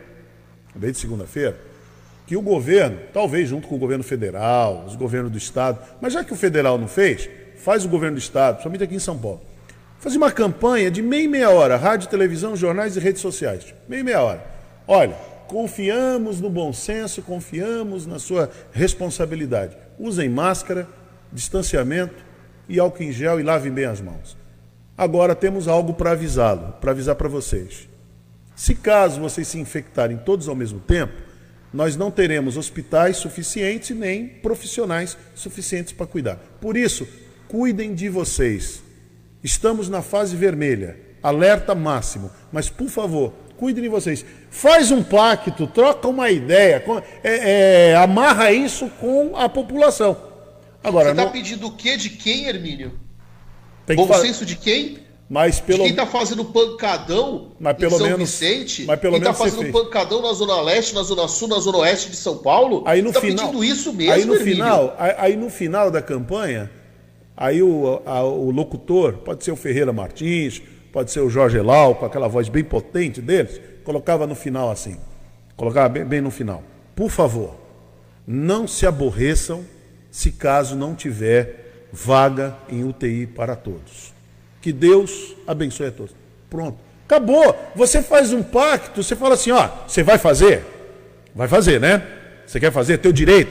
que o governo, talvez junto com o governo federal, os governos do estado, mas já que o federal não fez, faz o governo do estado, principalmente aqui em São Paulo. Fazer uma campanha de meia hora, rádio, televisão, jornais e redes sociais. Meia hora. Olha, confiamos no bom senso, confiamos na sua responsabilidade. Usem máscara, distanciamento e álcool em gel e lavem bem as mãos. Agora temos algo para avisá-lo, para avisar para vocês. Se caso vocês se infectarem todos ao mesmo tempo, nós não teremos hospitais suficientes nem profissionais suficientes para cuidar. Por isso, cuidem de vocês. Estamos na fase vermelha, alerta máximo, mas por favor, cuidem de vocês. Faz um pacto, troca uma ideia, amarra isso com a população. Agora,
você está pedindo o quê de quem, Hermínio?
Bom
senso de quem?
Mas pelo...
De quem está fazendo pancadão em São Vicente?
Mas pelo
quem está
menos
fazendo pancadão na Zona Leste, na Zona Sul, na Zona Oeste de São Paulo?
Aí no
tá
final,
pedindo isso mesmo,
aí no final da campanha, aí o locutor, pode ser o Ferreira Martins, pode ser o Jorge Elau, com aquela voz bem potente deles, colocava no final assim, colocava bem no final. Por favor, não se aborreçam se caso não tiver vaga em UTI para todos. Que Deus abençoe a todos. Pronto. Acabou. Você faz um pacto, você fala assim, ó, você vai fazer? Vai fazer, né? Você quer fazer? Teu direito.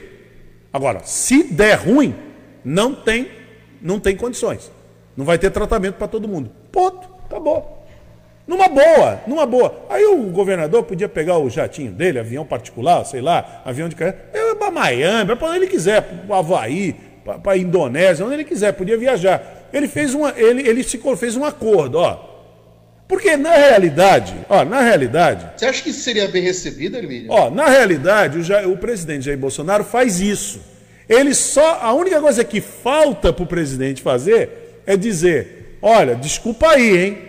Agora, se der ruim, não tem condições. Não vai ter tratamento para todo mundo. Ponto. Acabou. Numa boa. Aí o governador podia pegar o jatinho dele, avião particular, sei lá, avião de carreira, para Miami, para onde ele quiser, para o Havaí, para a Indonésia, onde ele quiser, podia viajar. Ele fez um acordo, ó. Porque na realidade...
Você acha que isso seria bem recebido, Hermínio?
Ó, na realidade, o presidente Jair Bolsonaro faz isso. A única coisa que falta para o presidente fazer é dizer, olha, desculpa aí, hein?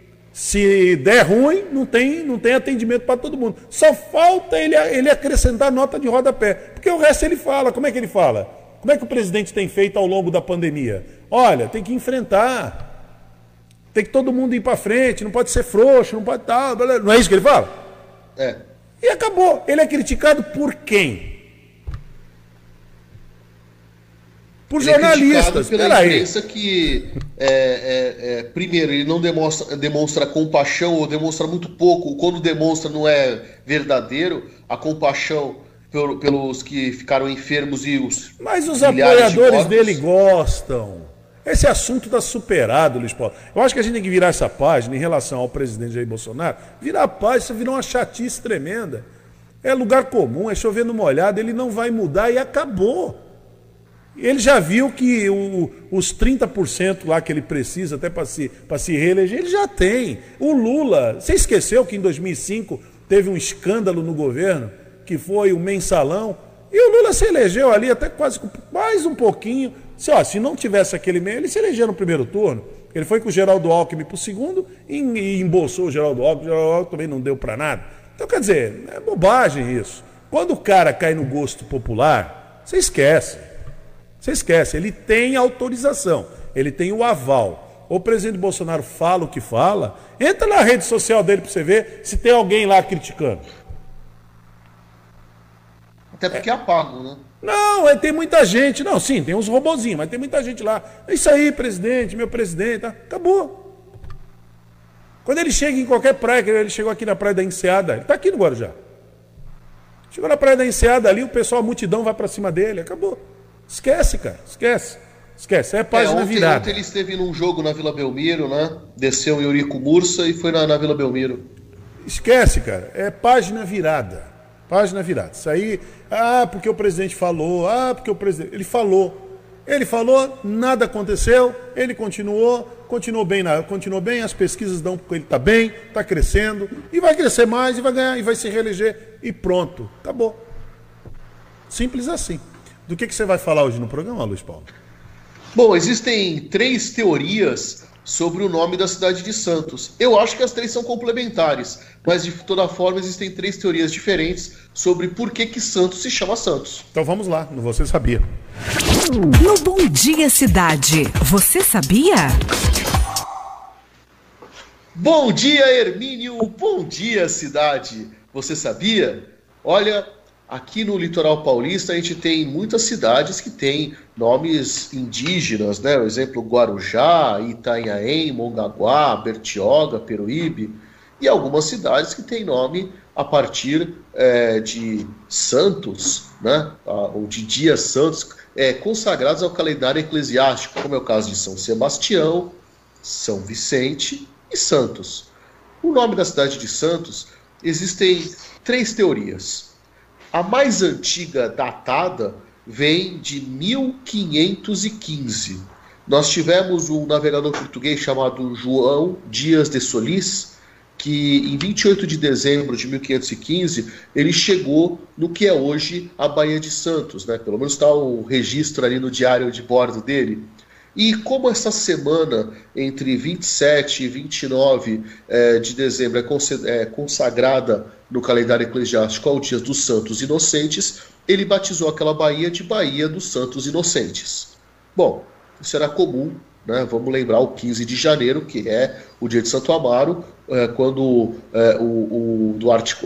Se der ruim, não tem atendimento para todo mundo. Só falta ele acrescentar nota de rodapé. Porque o resto ele fala. Como é que ele fala? Como é que o presidente tem feito ao longo da pandemia? Olha, tem que enfrentar. Tem que todo mundo ir para frente, não pode ser frouxo, não pode tal. Não é isso que ele fala?
É.
E acabou. Ele é criticado por quem? Por jornalistas.
Pela imprensa que, primeiro, ele não demonstra compaixão, ou demonstra muito pouco. Quando demonstra, não é verdadeiro. A compaixão pelos que ficaram enfermos e os...
Mas os apoiadores dele gostam. Esse assunto está superado, Luiz Paulo. Eu acho que a gente tem que virar essa página em relação ao presidente Jair Bolsonaro. Virar a página, isso virou uma chatice tremenda. É lugar comum, é chover no molhado, ele não vai mudar e acabou. Ele já viu que os 30% lá que ele precisa até para se reeleger, ele já tem. O Lula, você esqueceu que em 2005 teve um escândalo no governo, que foi o mensalão, e o Lula se elegeu ali até quase mais um pouquinho. Se não tivesse aquele meio, ele se elegeu no primeiro turno. Ele foi com o Geraldo Alckmin para o segundo e embolsou o Geraldo Alckmin. O Geraldo Alckmin também não deu para nada. Então, quer dizer, é bobagem isso. Quando o cara cai no gosto popular, você esquece. Ele tem autorização, ele tem o aval. O presidente Bolsonaro fala o que fala, entra na rede social dele para você ver se tem alguém lá criticando.
Até porque é pago, né?
Não, tem muita gente. Não, sim, tem uns robozinhos, mas tem muita gente lá. É isso aí, presidente, meu presidente. Tá? Acabou. Quando ele chega em qualquer praia, ele chegou aqui na Praia da Enseada, ele está aqui no Guarujá. Chegou na Praia da Enseada ali, o pessoal, a multidão vai para cima dele, acabou. Esquece, cara, esquece. É página virada.
Ontem ele esteve num jogo na Vila Belmiro, né? Desceu em Eurico Mursa e foi na Vila Belmiro.
Esquece, cara, é página virada. Página virada. Isso aí, porque o presidente falou, porque o presidente... Ele falou, nada aconteceu, ele continuou bem, as pesquisas dão porque ele está bem, está crescendo, e vai crescer mais, e vai ganhar, e vai se reeleger, e pronto, acabou. Simples assim. Do que você vai falar hoje no programa, Luiz Paulo?
Bom, existem 3 teorias sobre o nome da cidade de Santos. Eu acho que as 3 são complementares, mas de toda forma existem 3 teorias diferentes sobre por que Santos se chama Santos.
Então vamos lá, no Você Sabia.
No Bom Dia Cidade, você sabia?
Bom dia, Hermínio. Bom dia, cidade. Você sabia? Olha, aqui no litoral paulista a gente tem muitas cidades que têm nomes indígenas, né? Por exemplo, Guarujá, Itanhaém, Mongaguá, Bertioga, Peruíbe, e algumas cidades que têm nome a partir de santos, né? Ou de dias santos, consagrados ao calendário eclesiástico, como é o caso de São Sebastião, São Vicente e Santos. O nome da cidade de Santos, existem 3 teorias. A mais antiga, datada, vem de 1515. Nós tivemos um navegador português chamado João Dias de Solís, que em 28 de dezembro de 1515, ele chegou no que é hoje a Baía de Santos, né? Pelo menos está o registro ali no diário de bordo dele. E como essa semana, entre 27 e 29 de dezembro, é consagrada no calendário eclesiástico ao Dia dos Santos Inocentes, ele batizou aquela baía de Baía dos Santos Inocentes. Bom, isso era comum, né? Vamos lembrar o 15 de janeiro, que é o dia de Santo Amaro, quando o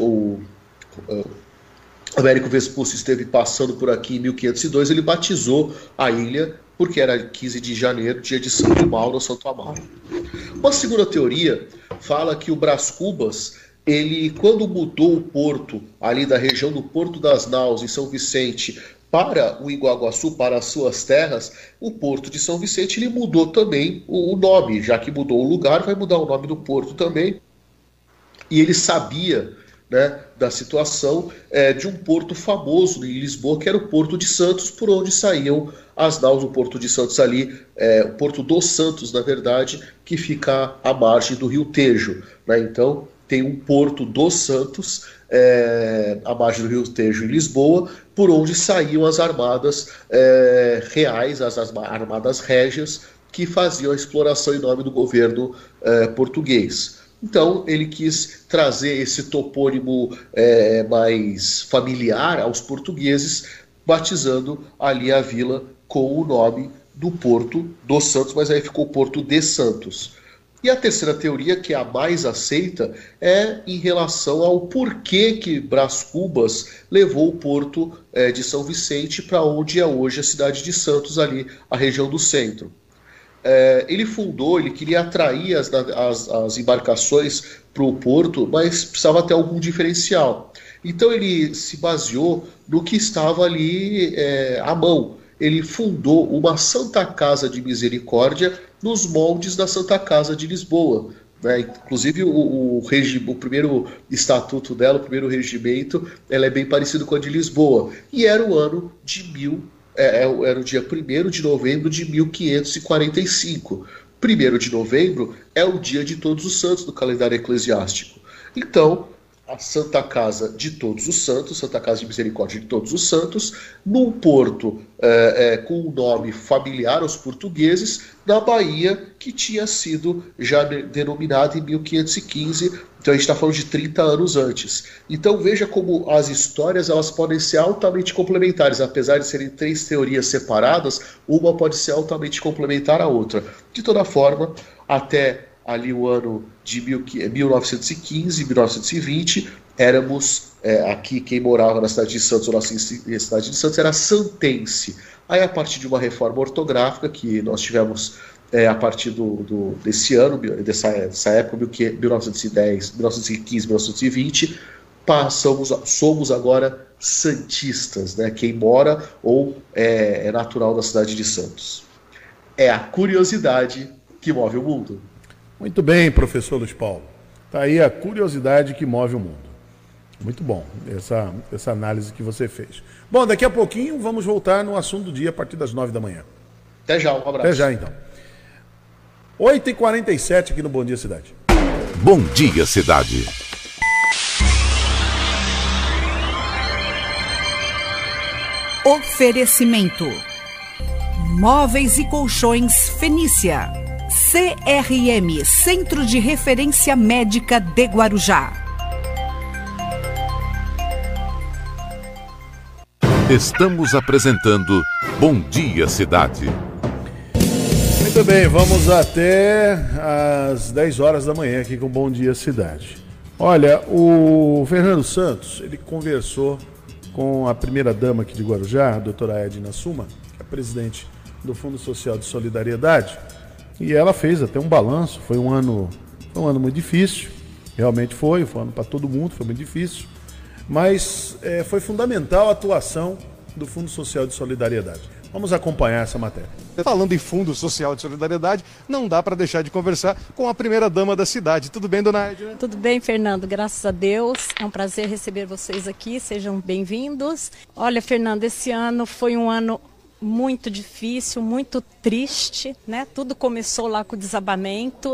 Américo Vespucci esteve passando por aqui em 1502, ele batizou a ilha, porque era 15 de janeiro, dia de Santo Mauro, Santo Amaro. Uma segunda teoria fala que o Brás Cubas, ele, quando mudou o porto, ali da região do Porto das Naus, em São Vicente, para o Iguaguaçu, para as suas terras, o Porto de São Vicente, ele mudou também o nome, já que mudou o lugar, vai mudar o nome do porto também. E ele sabia, né, da situação de um porto famoso em Lisboa, que era o Porto de Santos, por onde saíam as naus do Porto de Santos ali, o Porto dos Santos, na verdade, que fica à margem do Rio Tejo, né? Então, tem um Porto dos Santos, à margem do Rio Tejo, em Lisboa, por onde saíam as armadas reais, as armadas régias, que faziam a exploração em nome do governo português. Então, ele quis trazer esse topônimo mais familiar aos portugueses, batizando ali a vila com o nome do Porto dos Santos, mas aí ficou Porto de Santos. E a terceira teoria, que é a mais aceita, é em relação ao porquê que Brás Cubas levou o Porto de São Vicente para onde é hoje a cidade de Santos, ali, a região do centro. Ele queria atrair as embarcações para o porto, mas precisava ter algum diferencial. Então ele se baseou no que estava ali à mão. Ele fundou uma Santa Casa de Misericórdia nos moldes da Santa Casa de Lisboa, né? Inclusive o primeiro estatuto dela, o primeiro regimento, ela é bem parecido com a de Lisboa. E era o ano de era o dia 1º de novembro de 1545. 1º de novembro é o dia de Todos os Santos do calendário eclesiástico. Então, a Santa Casa de Todos os Santos, Santa Casa de Misericórdia de Todos os Santos, num porto com um nome familiar aos portugueses, na Bahia, que tinha sido já denominada em 1515, então a gente está falando de 30 anos antes. Então veja como as histórias elas podem ser altamente complementares, apesar de serem 3 teorias separadas, uma pode ser altamente complementar à outra. De toda forma, até ali o ano de 1915, 1920, éramos, aqui quem morava na cidade de Santos, ou na cidade de Santos, era santense. Aí a partir de uma reforma ortográfica que nós tivemos a partir desse ano, dessa época, 1910, 1915, 1920, somos agora santistas, né? Quem mora ou é natural da cidade de Santos. É a curiosidade que move o mundo.
Muito bem, professor Luiz Paulo. Está aí a curiosidade que move o mundo. Muito bom, essa análise que você fez. Bom, daqui a pouquinho vamos voltar no assunto do dia a partir das 9 da manhã.
Até já, um abraço.
Até já, então. 8h47 aqui no Bom Dia Cidade.
Bom Dia Cidade.
Oferecimento: Móveis e Colchões Fenícia. CRM, Centro de Referência Médica de Guarujá.
Estamos apresentando Bom Dia Cidade.
Muito bem, vamos até às 10 horas da manhã aqui com Bom Dia Cidade. Olha, o Fernando Santos, ele conversou com a primeira-dama aqui de Guarujá, a doutora Edna Suma, que é presidente do Fundo Social de Solidariedade, e ela fez até um balanço. Foi um ano muito difícil, realmente foi um ano para todo mundo, foi muito difícil, mas foi fundamental a atuação do Fundo Social de Solidariedade. Vamos acompanhar essa matéria.
Falando em Fundo Social de Solidariedade, não dá para deixar de conversar com a primeira-dama da cidade. Tudo bem, dona Edna?
Tudo bem, Fernando, graças a Deus. É um prazer receber vocês aqui, sejam bem-vindos. Olha, Fernando, esse ano foi um ano muito difícil, muito triste, né? Tudo começou lá com o desabamento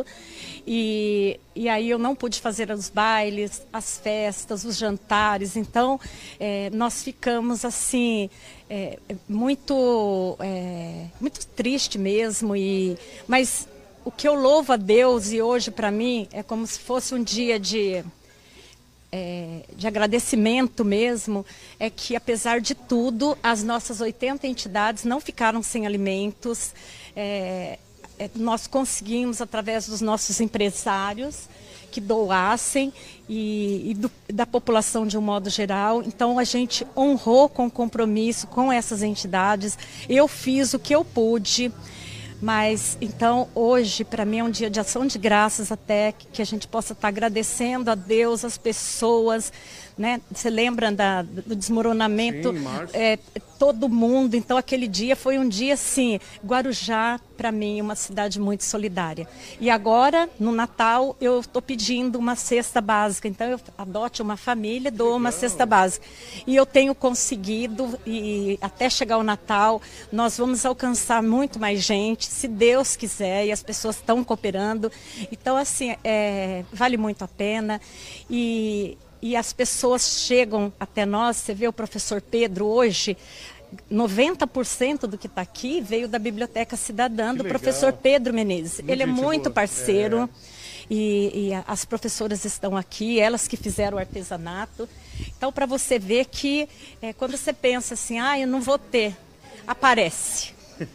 e aí eu não pude fazer os bailes, as festas, os jantares. Então, nós ficamos assim, muito triste mesmo. Mas o que eu louvo a Deus, e hoje para mim é como se fosse um dia de agradecimento mesmo, é que apesar de tudo, as nossas 80 entidades não ficaram sem alimentos. Nós conseguimos, através dos nossos empresários, que doassem da população de um modo geral. Então a gente honrou com compromisso com essas entidades. Eu fiz o que eu pude. Mas, então, hoje, para mim, é um dia de ação de graças até, que a gente possa estar agradecendo a Deus, as pessoas, né? Você lembra do desmoronamento?
Sim, em março.
Todo mundo. Então, aquele dia foi um dia, assim, Guarujá, para mim, uma cidade muito solidária. E agora, no Natal, eu estou pedindo uma cesta básica. Então, eu adote uma família, dou uma cesta básica. E eu tenho conseguido, e até chegar o Natal, nós vamos alcançar muito mais gente, se Deus quiser, e as pessoas estão cooperando. Então, assim, vale muito a pena. E as pessoas chegam até nós. Você vê o professor Pedro hoje, 90% do que está aqui veio da Biblioteca Cidadã, do professor Pedro Menezes. Ele é muito parceiro. E as professoras estão aqui, elas que fizeram o artesanato. Então, para você ver que quando você pensa assim, eu não vou ter, aparece.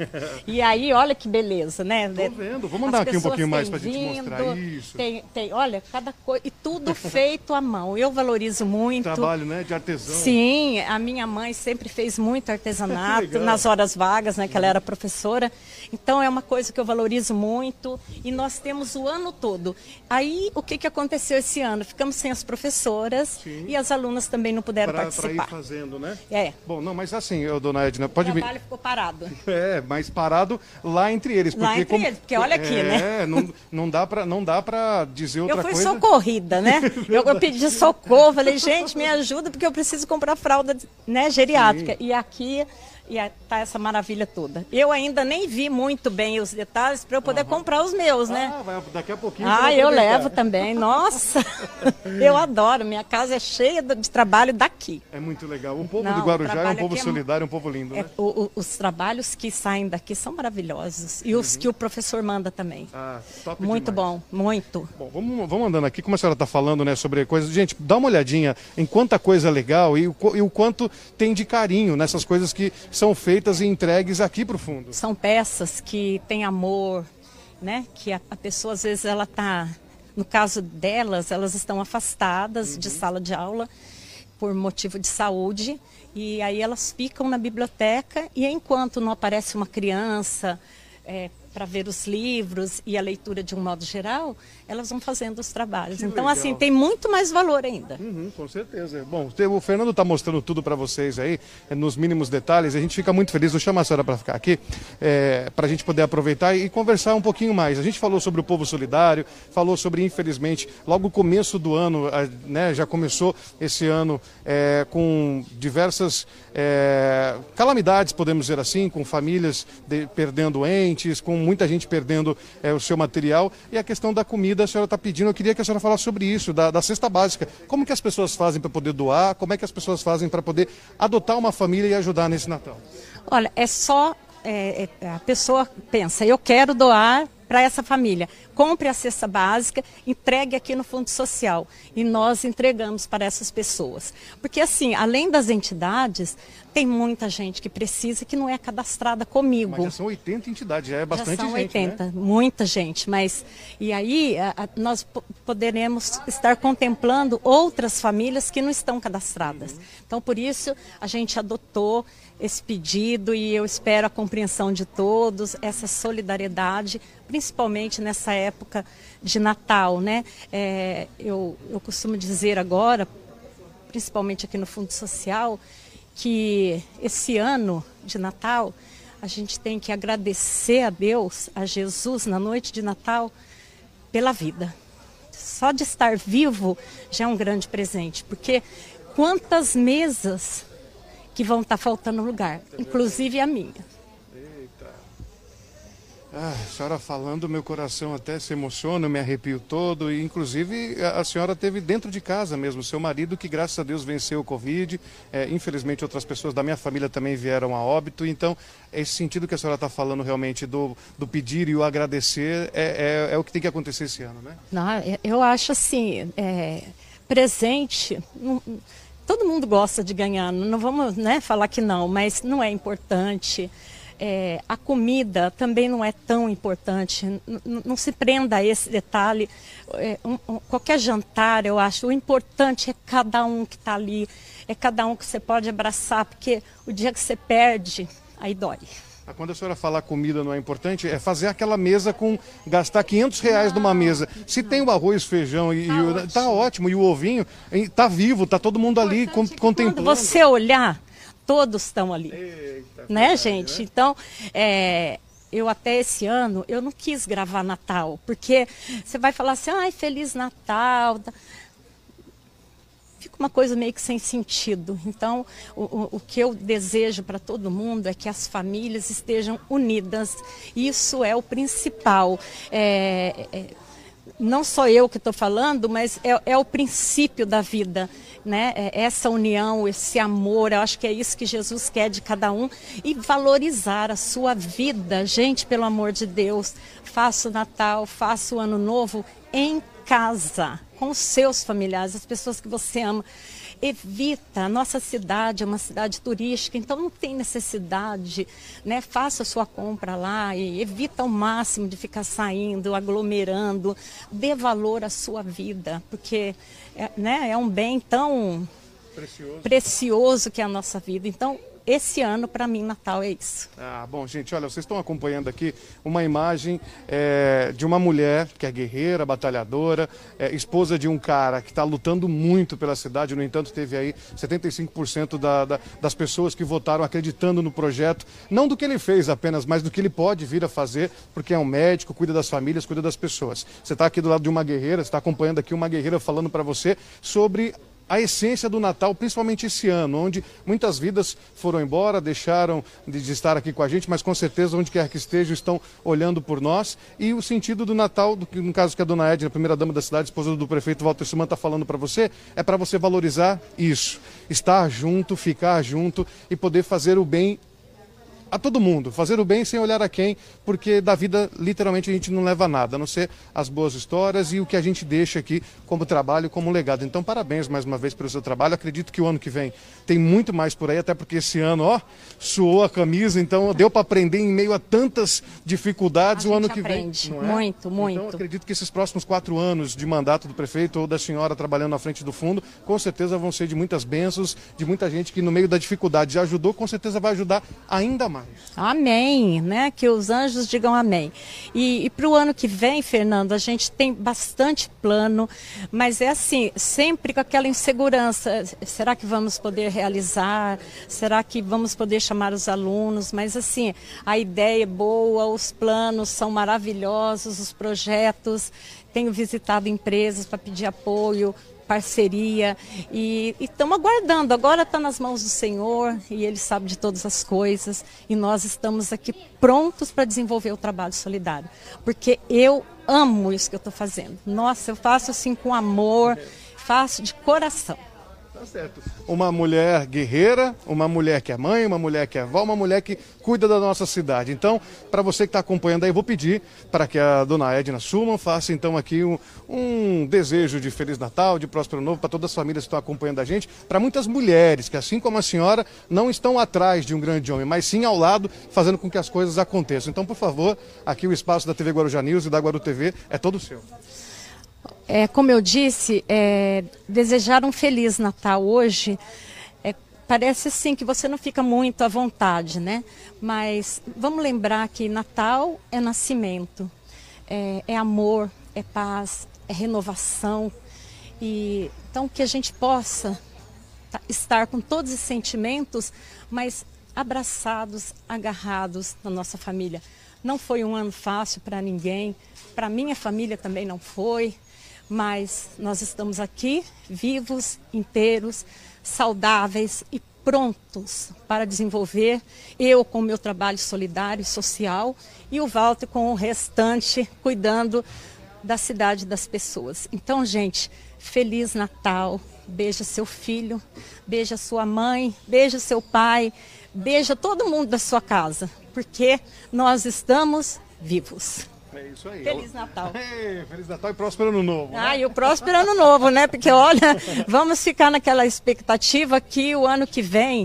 E aí, olha que beleza, né?
Tô vendo. Vamos andar aqui um pouquinho mais para a gente mostrar isso.
Olha, cada coisa. E tudo feito à mão. Eu valorizo muito.
Trabalho, né? De artesão.
Sim, a minha mãe sempre fez muito artesanato nas horas vagas, né? Que ela era professora. Então, é uma coisa que eu valorizo muito. E nós temos o ano todo. Aí, o que aconteceu esse ano? Ficamos sem as professoras. Sim. E as alunas também não puderam participar.
Para ir fazendo, né?
Bom,
não, mas assim, dona Edna, pode
o trabalho ficou parado.
Mas parado lá entre eles.
Porque olha aqui, né?
Não dá para dizer outra coisa.
Eu fui socorrida, né? eu pedi socorro, falei, gente, me ajuda, porque eu preciso comprar fralda, né, geriátrica. Sim. E aqui tá essa maravilha toda. Eu ainda nem vi muito bem os detalhes para eu poder comprar os meus, né?
Daqui a pouquinho.
Eu levo também. Nossa, eu adoro. Minha casa é cheia de trabalho daqui.
É muito legal. O povo do Guarujá é um povo solidário, um povo lindo, né?
Os trabalhos que saem daqui são maravilhosos. E os que o professor manda também.
Top
muito
demais.
Bom, muito.
Bom, vamos andando aqui. Como a senhora está falando, né, sobre coisas. Gente, dá uma olhadinha em quanta coisa legal e o quanto tem de carinho nessas coisas que são feitas e entregues aqui para o fundo.
São peças que têm amor, né? Que a pessoa, às vezes, ela está... No caso delas, elas estão afastadas de sala de aula por motivo de saúde. E aí elas ficam na biblioteca e enquanto não aparece uma criança para ver os livros e a leitura de um modo geral, elas vão fazendo os trabalhos.
Que
então,
legal.
Assim, tem muito mais valor ainda.
Com certeza. Bom, o Fernando está mostrando tudo para vocês aí, nos mínimos detalhes. A gente fica muito feliz. Vou chamar a senhora para ficar aqui, para a gente poder aproveitar e conversar um pouquinho mais. A gente falou sobre o povo solidário, falou sobre, infelizmente, logo o começo do ano, né, já começou esse ano com diversas calamidades, podemos dizer assim, com famílias perdendo entes, com muita gente perdendo o seu material. E a questão da comida, a senhora está pedindo, eu queria que a senhora falasse sobre isso, da cesta básica. Como que as pessoas fazem para poder doar? Como é que as pessoas fazem para poder adotar uma família e ajudar nesse Natal?
Olha, é só... a pessoa pensa, eu quero doar para essa família, compre a cesta básica, entregue aqui no Fundo Social e nós entregamos para essas pessoas. Porque assim, além das entidades, tem muita gente que precisa que não é cadastrada comigo.
Mas já são 80 entidades, já é bastante
já são
gente,
80,
né?
Muita gente, mas e aí nós poderemos estar contemplando outras famílias que não estão cadastradas. Então, por isso, a gente adotou esse pedido e eu espero a compreensão de todos, essa solidariedade, principalmente nessa época de Natal, né? Eu costumo dizer agora, principalmente aqui no Fundo Social, que esse ano de Natal a gente tem que agradecer a Deus, a Jesus, na noite de Natal, pela vida. Só de estar vivo já é um grande presente, porque quantas mesas que vão estar faltando lugar, inclusive a minha.
A senhora falando, meu coração até se emociona, eu me arrepio todo, e inclusive a senhora teve dentro de casa mesmo, seu marido que graças a Deus venceu o Covid, infelizmente outras pessoas da minha família também vieram a óbito, então esse sentido que a senhora está falando realmente do pedir e o agradecer é o que tem que acontecer esse ano, né?
Não, eu acho assim, presente, todo mundo gosta de ganhar, não vamos, né, falar que não, mas não é importante. A comida também não é tão importante, não se prenda a esse detalhe. Qualquer jantar, eu acho, o importante é cada um que está ali, é cada um que você pode abraçar, porque o dia que você perde, aí dói.
Quando a senhora falar comida não é importante, é fazer aquela mesa com gastar R$500 numa mesa. Se tem o arroz, feijão tá ótimo, e o ovinho, tá vivo, tá todo mundo ali contemplando.
Quando você olhar, todos estão ali. Eita, né, verdade, gente? Né? Então, eu até esse ano, eu não quis gravar Natal, porque você vai falar assim, ai, Feliz Natal. Fica uma coisa meio que sem sentido. Então, o que eu desejo para todo mundo é que as famílias estejam unidas. Isso é o principal. Não só eu que estou falando, mas é o princípio da vida, né? Essa união, esse amor, eu acho que é isso que Jesus quer de cada um, e valorizar a sua vida. Gente, pelo amor de Deus, faça o Natal, faça o Ano Novo em casa, com os seus familiares, as pessoas que você ama. Evita, a nossa cidade é uma cidade turística, então não tem necessidade, né? Faça a sua compra lá e evita ao máximo de ficar saindo, aglomerando, dê valor à sua vida, porque né, é um bem tão precioso que é a nossa vida. Então, esse ano, para mim, Natal é isso.
Bom, gente, olha, vocês estão acompanhando aqui uma imagem de uma mulher que é guerreira, batalhadora, esposa de um cara que está lutando muito pela cidade. No entanto, teve aí 75% das pessoas que votaram acreditando no projeto, não do que ele fez apenas, mas do que ele pode vir a fazer, porque é um médico, cuida das famílias, cuida das pessoas. Você está aqui do lado de uma guerreira, você está acompanhando aqui uma guerreira falando para você sobre a essência do Natal, principalmente esse ano, onde muitas vidas foram embora, deixaram de estar aqui com a gente, mas com certeza, onde quer que estejam, estão olhando por nós. E o sentido do Natal, no caso que a dona Edna, a primeira-dama da cidade, esposa do prefeito Walter Suman, está falando para você, é para você valorizar isso, estar junto, ficar junto e poder fazer o bem a todo mundo, fazer o bem sem olhar a quem, porque da vida literalmente a gente não leva nada, a não ser as boas histórias e o que a gente deixa aqui como trabalho, como legado. Então parabéns mais uma vez pelo seu trabalho, acredito que o ano que vem tem muito mais por aí, até porque esse ano, suou a camisa, então deu para aprender em meio a tantas dificuldades. O ano que
aprende,
vem. Não é?
Muito.
Então acredito que esses próximos 4 anos de mandato do prefeito ou da senhora trabalhando à frente do fundo, com certeza vão ser de muitas bênçãos, de muita gente que no meio da dificuldade já ajudou, com certeza vai ajudar ainda mais.
Amém, né? Que os anjos digam amém. E para o ano que vem, Fernando, a gente tem bastante plano, mas é assim, sempre com aquela insegurança. Será que vamos poder realizar? Será que vamos poder chamar os alunos? Mas assim, a ideia é boa, os planos são maravilhosos, os projetos. Tenho visitado empresas para pedir apoio, parceria, e estamos aguardando. Agora está nas mãos do Senhor e Ele sabe de todas as coisas, e nós estamos aqui prontos para desenvolver o trabalho solidário, porque eu amo isso que eu estou fazendo. Nossa, eu faço assim com amor, faço de coração.
Tá certo. Uma mulher guerreira, uma mulher que é mãe, uma mulher que é avó, uma mulher que cuida da nossa cidade. Então, para você que está acompanhando aí, vou pedir para que a dona Edna Suman faça então aqui um desejo de Feliz Natal, de Próspero Novo para todas as famílias que estão acompanhando a gente, para muitas mulheres que, assim como a senhora, não estão atrás de um grande homem, mas sim ao lado, fazendo com que as coisas aconteçam. Então, por favor, aqui o espaço da TV Guarujá News e da Guaru TV é todo seu.
Como eu disse, desejar um Feliz Natal hoje, parece assim que você não fica muito à vontade, né? Mas vamos lembrar que Natal é nascimento, é amor, é paz, é renovação. E então que a gente possa estar com todos os sentimentos, mas abraçados, agarrados na nossa família. Não foi um ano fácil para ninguém, para minha família também não foi, mas nós estamos aqui vivos, inteiros, saudáveis e prontos para desenvolver, eu com o meu trabalho solidário e social e o Walter com o restante, cuidando da cidade das pessoas. Então, gente, Feliz Natal, beija seu filho, beija sua mãe, beija seu pai, beija todo mundo da sua casa, porque nós estamos vivos.
É isso aí.
Feliz Natal.
Feliz Natal e próspero ano novo.
Né? E o próspero ano novo, né? Porque, olha, vamos ficar naquela expectativa que o ano que vem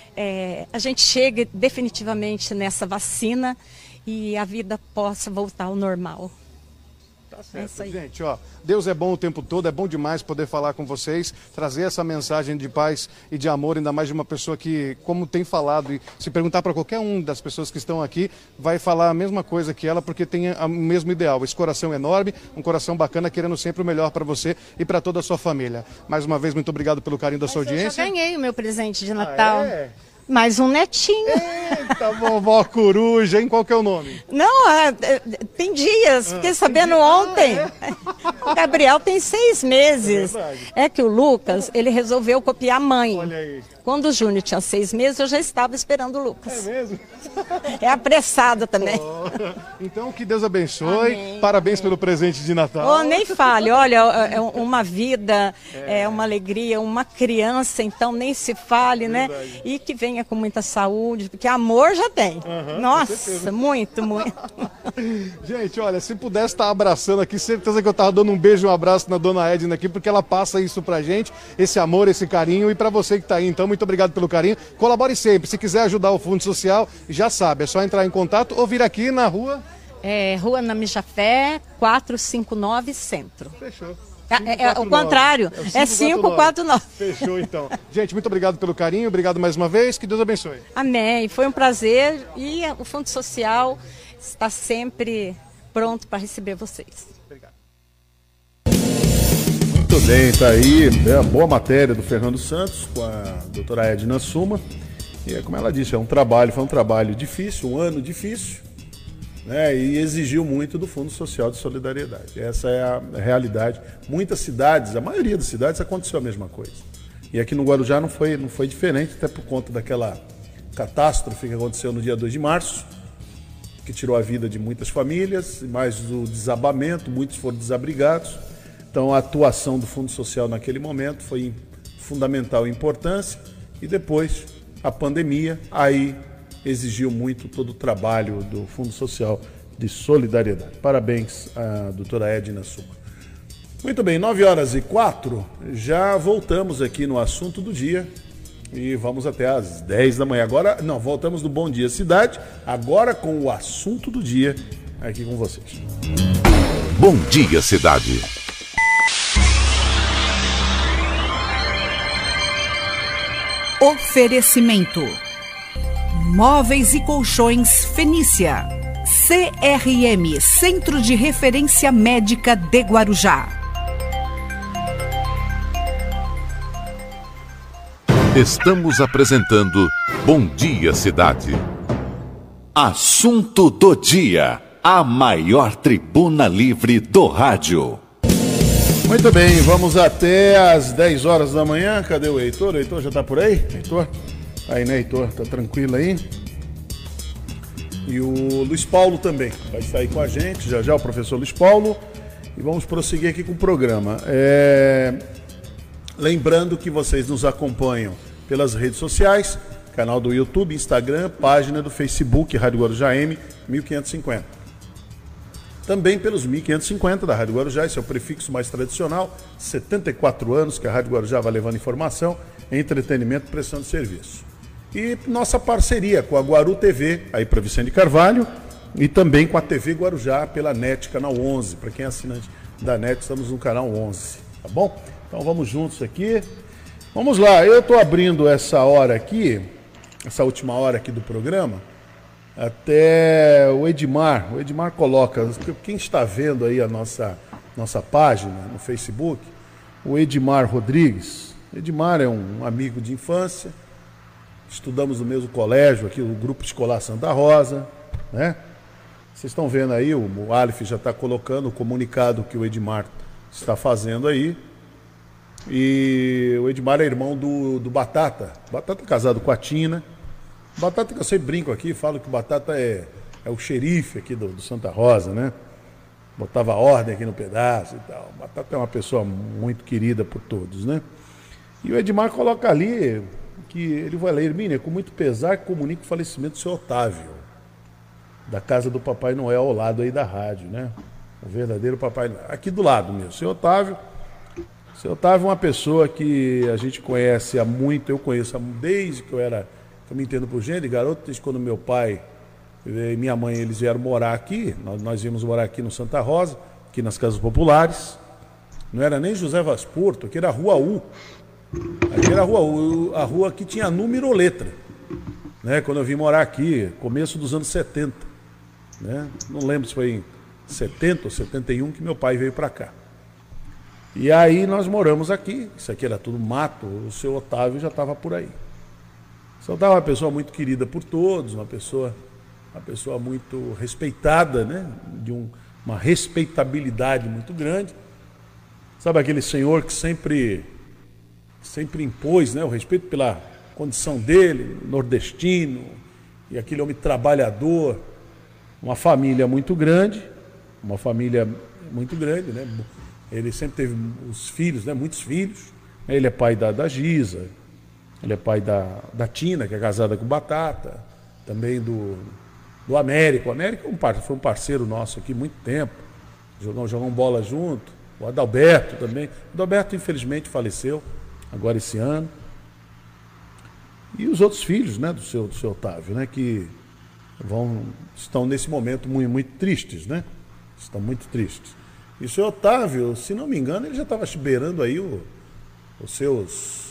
a gente chegue definitivamente nessa vacina e a vida possa voltar ao normal.
Tá certo, gente, ó, Deus é bom o tempo todo, é bom demais poder falar com vocês, trazer essa mensagem de paz e de amor, ainda mais de uma pessoa que, como tem falado, e se perguntar para qualquer um das pessoas que estão aqui, vai falar a mesma coisa que ela, porque tem o mesmo ideal, esse coração enorme, um coração bacana, querendo sempre o melhor para você e para toda a sua família. Mais uma vez, muito obrigado pelo carinho da sua audiência.
Eu já ganhei o meu presente de Natal. Mais um netinho.
Eita, vovó coruja, hein? Qual que é o nome?
Não, tem dias. Fiquei sabendo ontem. O Gabriel tem 6 meses. É que o Lucas, ele resolveu copiar a mãe.
Olha aí.
Quando o Júnior tinha 6 meses, eu já estava esperando o Lucas.
É mesmo?
É apressado também.
Então, que Deus abençoe.
Amém.
Parabéns pelo presente de Natal.
Nem fale. Olha, é uma vida, é uma alegria, uma criança, então nem se fale, né? E que venha com muita saúde, porque amor já tem. Nossa, muito, muito.
Gente, olha, se pudesse estar abraçando aqui, certeza que eu estava dando um beijo e um abraço na dona Edna aqui, porque ela passa isso pra gente, esse amor, esse carinho, e pra você que tá aí, então, muito obrigado pelo carinho. Colabore sempre. Se quiser ajudar o Fundo Social, já sabe, é só entrar em contato ou vir aqui na rua.
Rua Namijafé, 459 Centro.
Fechou.
É o contrário, é 549.
Fechou, então. Gente, muito obrigado pelo carinho, obrigado mais uma vez, que Deus abençoe.
Amém, foi um prazer e o Fundo Social está sempre pronto para receber vocês.
Obrigado.
Muito bem, tá aí a boa matéria do Fernando Santos com a doutora Edna Suman. E como ela disse, foi um trabalho difícil, um ano difícil, né, e exigiu muito do Fundo Social de Solidariedade. Essa é a realidade. Muitas cidades, a maioria das cidades, aconteceu a mesma coisa. E aqui no Guarujá não foi diferente, até por conta daquela catástrofe que aconteceu no dia 2 de março, que tirou a vida de muitas famílias, mais o desabamento, muitos foram desabrigados. Então a atuação do Fundo Social naquele momento foi fundamental importância, e depois a pandemia aí exigiu muito todo o trabalho do Fundo Social de Solidariedade. Parabéns à doutora Edna Suman. Muito bem, 9h04, já voltamos aqui no assunto do dia e vamos até às 10 da manhã. Agora, não, voltamos do Bom Dia Cidade, agora com o assunto do dia aqui com vocês.
Bom Dia Cidade.
Oferecimento: Móveis e Colchões Fenícia. CRM, Centro de Referência Médica de Guarujá.
Estamos apresentando Bom Dia Cidade.
Assunto do dia. A maior tribuna livre do rádio.
Muito bem, vamos até às 10 horas da manhã. Cadê o Heitor? O Heitor já tá por aí? Heitor? Aí, né, Heitor? Tá tranquilo aí? E o Luiz Paulo também vai sair com a gente, já o professor Luiz Paulo. E vamos prosseguir aqui com o programa. Lembrando que vocês nos acompanham pelas redes sociais, canal do YouTube, Instagram, página do Facebook, Rádio Guarujá M 1550. Também pelos 1550 da Rádio Guarujá, esse é o prefixo mais tradicional, 74 anos que a Rádio Guarujá vai levando informação, entretenimento e prestação de serviço. E nossa parceria com a Guaru TV, aí para Vicente Carvalho, e também com a TV Guarujá pela NET, canal 11. Para quem é assinante da NET, estamos no canal 11, tá bom? Então vamos juntos aqui. Vamos lá, eu estou abrindo essa hora aqui, essa última hora aqui do programa, até o Edmar coloca, quem está vendo aí a nossa página no Facebook, o Edmar Rodrigues. Edmar é um amigo de infância, estudamos no mesmo colégio aqui, o Grupo Escolar Santa Rosa, né? Vocês estão vendo aí, o Aleph já está colocando o comunicado que o Edmar está fazendo aí. E o Edmar é irmão do Batata. Batata é casado com a Tina. Batata, que eu sempre brinco aqui, falo que o Batata é o xerife aqui do Santa Rosa, né? Botava ordem aqui no pedaço e tal. O Batata é uma pessoa muito querida por todos, né? E o Edmar coloca ali que ele vai ler, Hermínia, com muito pesar comunica o falecimento do seu Otávio, da casa do Papai Noel ao lado aí da rádio, né? O verdadeiro Papai Noel. Aqui do lado mesmo, seu Otávio. Seu Otávio é uma pessoa que a gente conhece há muito, eu conheço desde que eu me entendo por gente, garoto, desde quando meu pai e minha mãe, eles vieram morar aqui, nós viemos morar aqui no Santa Rosa, aqui nas Casas Populares, não era nem José Vaz Porto, aqui era a Rua U, aqui era a Rua U, a rua aqui tinha número ou letra, né, quando eu vim morar aqui, começo dos anos 70, né, não lembro se foi em 70 ou 71 que meu pai veio para cá. E aí nós moramos aqui, isso aqui era tudo mato, o seu Otávio já estava por aí. O seu Otávio é uma pessoa muito querida por todos, uma pessoa muito respeitada, né? De uma respeitabilidade muito grande. Sabe aquele senhor que sempre impôs, né, o respeito pela condição dele, nordestino, e aquele homem trabalhador, uma família muito grande, né? Ele sempre teve os filhos, né? Muitos filhos. Ele é pai da Giza, ele é pai da Tina, que é casada com o Batata, também do Américo. O Américo foi um parceiro nosso aqui há muito tempo, jogamos bola junto. O Adalberto também. O Adalberto, infelizmente, faleceu agora esse ano. E os outros filhos, né, do seu Otávio, né, que estão nesse momento muito, muito tristes, né? Estão muito tristes. E o seu Otávio, se não me engano, ele já estava beirando aí os seus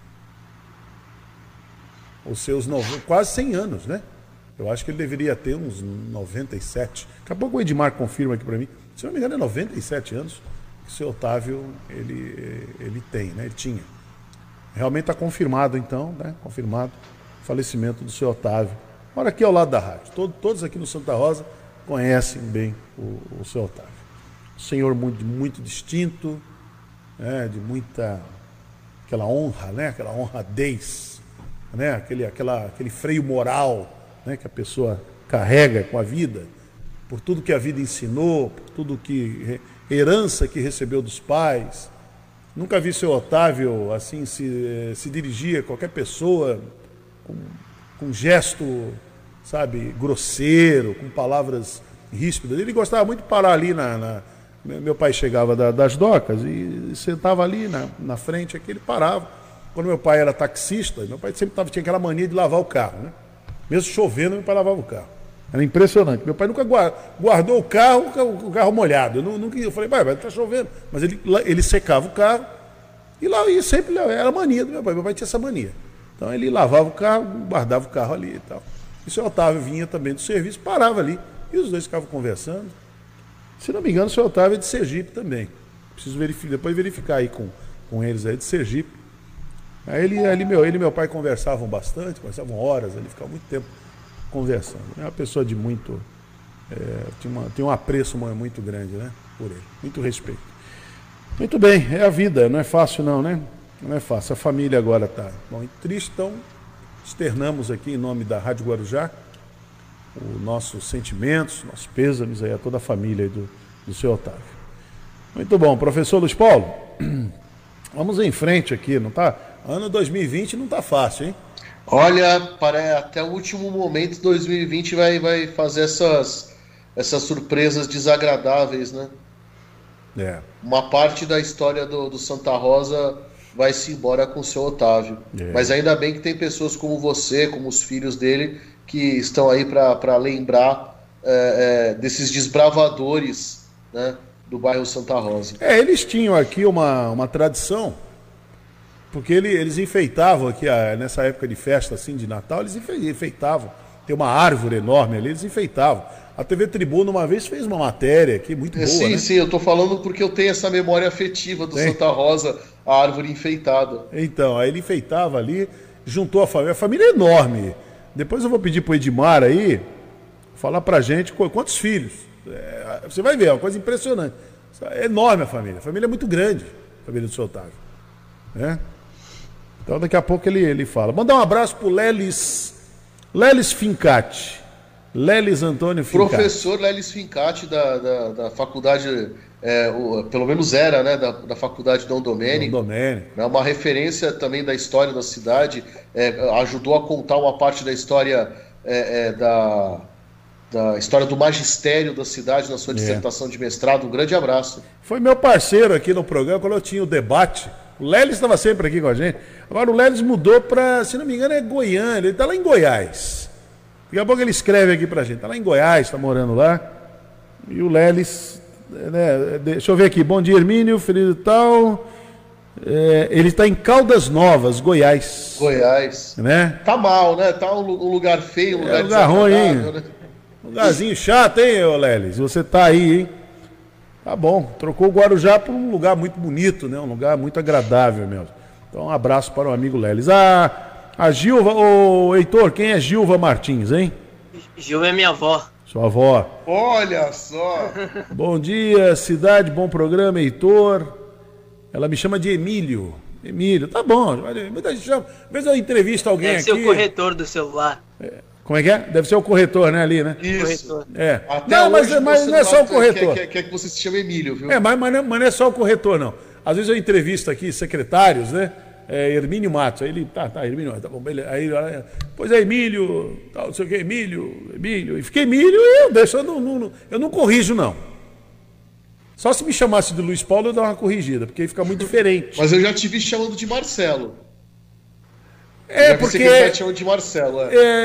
quase 100 anos, né? Eu acho que ele deveria ter uns 97. Daqui a pouco o Edmar confirma aqui para mim. Se não me engano, é 97 anos que o seu Otávio ele tem, né? Ele tinha. Realmente está confirmado, então, né? Confirmado o falecimento do seu Otávio. Olha aqui ao lado da rádio. Todos aqui no Santa Rosa conhecem bem o seu Otávio. Senhor muito, muito distinto, né, de muita aquela honra, né, aquela honradez, né, aquele freio moral, né, que a pessoa carrega com a vida, por tudo que a vida ensinou, por tudo que herança que recebeu dos pais. Nunca vi seu Otávio assim se dirigir a qualquer pessoa com um gesto, sabe, grosseiro, com palavras ríspidas. Ele gostava muito de parar ali meu pai chegava das docas e sentava ali na frente, aqui ele parava. Quando meu pai era taxista, meu pai sempre tinha aquela mania de lavar o carro, né? Mesmo chovendo, meu pai lavava o carro. Era impressionante. Meu pai nunca guardou o carro molhado. Eu falei, pai, está chovendo. Mas ele secava o carro e sempre era a mania do meu pai. Meu pai tinha essa mania. Então ele lavava o carro, guardava o carro ali e tal. E o seu Otávio vinha também do serviço, parava ali. E os dois ficavam conversando. Se não me engano, o seu Otávio é de Sergipe também. Preciso depois verificar aí com eles aí de Sergipe. Aí ele e meu pai conversavam bastante, conversavam horas, ele ficava muito tempo conversando. É uma pessoa de muito... tem um apreço muito grande, né, por ele, muito respeito. Muito bem, é a vida, não é fácil não, né? Não é fácil. A família agora está triste, então externamos aqui em nome da Rádio Guarujá os nossos sentimentos, nossos pêsames aí a toda a família aí do seu Otávio. Muito bom. Professor Luiz Paulo, Vamos em frente aqui, não tá? Ano 2020 não tá fácil, hein?
Olha, até o último momento, 2020 vai fazer essas surpresas desagradáveis, né?
É.
Uma parte da história do Santa Rosa vai se embora com o seu Otávio. Mas ainda bem que tem pessoas como você, como os filhos dele, que estão aí para lembrar desses desbravadores, né, do bairro Santa Rosa.
Eles tinham aqui uma tradição, porque eles enfeitavam aqui, nessa época de festa assim, de Natal, eles enfeitavam. Tem uma árvore enorme ali, eles enfeitavam. A TV Tribuna uma vez fez uma matéria aqui muito boa,
sim,
né?
Sim, eu tô falando porque eu tenho essa memória afetiva do Santa Rosa, a árvore enfeitada.
Então, aí ele enfeitava ali, juntou a família é enorme. Depois eu vou pedir pro Edmar aí falar pra gente quantos filhos. Você vai ver, é uma coisa impressionante. É enorme a família é muito grande, a família do seu Otávio. Né? Então daqui a pouco ele fala. Mandar um abraço pro Lelis Fincati. Lelis Antônio Fincati.
Professor Lelis Fincati da faculdade, pelo menos era, né, da faculdade Dom Domênico.
Dom Domênico.
É uma referência também da história da cidade, ajudou a contar uma parte da história da história do magistério da cidade na sua dissertação de mestrado. Um grande abraço.
Foi meu parceiro aqui no programa quando eu tinha o debate. O Lelis estava sempre aqui com a gente. Agora o Lelis mudou para, se não me engano, é Goiânia. Ele está lá em Goiás. Daqui a pouco ele escreve aqui pra gente. Está lá em Goiás, está morando lá. E o Lelis, né, deixa eu ver aqui. Bom dia, Hermínio, feliz e tal. Ele está em Caldas Novas, Goiás.
Goiás.
Né?
Tá mal, né? Tá um lugar feio, um
lugar ruim, hein? Né? Lugarzinho chato, hein, Lelis? Você tá aí, hein? Tá bom. Trocou o Guarujá por um lugar muito bonito, né? Um lugar muito agradável mesmo. Então, um abraço para o amigo Lelis. A Gilva, Heitor, quem é Gilva Martins, hein?
Gilva é minha avó.
Sua avó.
Olha só.
Bom dia, cidade, bom programa, Heitor. Ela me chama de Emílio. Emílio, tá bom. Muita gente chama. Às vezes eu entrevisto alguém aqui.
Deve ser o corretor do celular.
Como é que é? Deve ser o corretor, né, ali, né?
Isso.
Até não, mas não é só o corretor.
Quer que você se chame Emílio, viu?
Mas não é só o corretor, não. Às vezes eu entrevisto aqui secretários, né? Hermínio Matos. Aí ele, tá, Hermínio, tá bom, beleza. Aí, pois é, Emílio, tal, não sei o que, Emílio. E fiquei Emílio e eu deixo, eu não corrijo, não. Só se me chamasse de Luiz Paulo eu dava uma corrigida, porque aí fica muito diferente.
Mas eu já te vi chamando de Marcelo.
Porque
você chamando de Marcelo.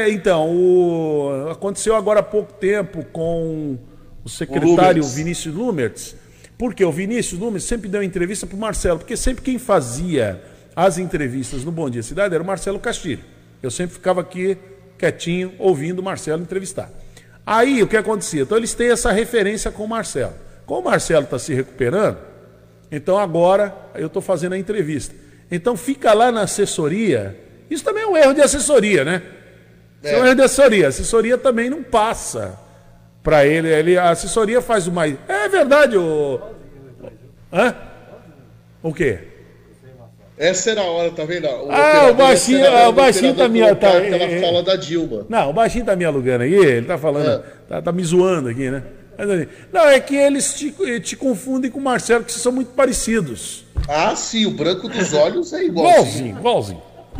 Então, aconteceu agora há pouco tempo com o secretário Vinícius Lumertz, porque o Vinícius Lumertz sempre deu entrevista para o Marcelo, porque sempre quem fazia as entrevistas no Bom Dia Cidade era o Marcelo Castilho. Eu sempre ficava aqui quietinho, ouvindo o Marcelo entrevistar. Aí, o que acontecia? Então, eles têm essa referência com o Marcelo. Como o Marcelo está se recuperando, então agora eu estou fazendo a entrevista. Então, fica lá na assessoria. Isso também é um erro de assessoria, né? Isso é um erro de assessoria. A assessoria também não passa para ele. A assessoria faz o mais... É verdade, Hã? O quê?
Essa era a hora, tá vendo?
O baixinho tá me...
Ela fala da Dilma.
Não, o baixinho tá me alugando aqui, ele tá falando, tá me zoando aqui, né? Não, é que eles te confundem com o Marcelo, que vocês são muito parecidos.
Ah, sim, o branco dos olhos é igualzinho.
Igualzinho.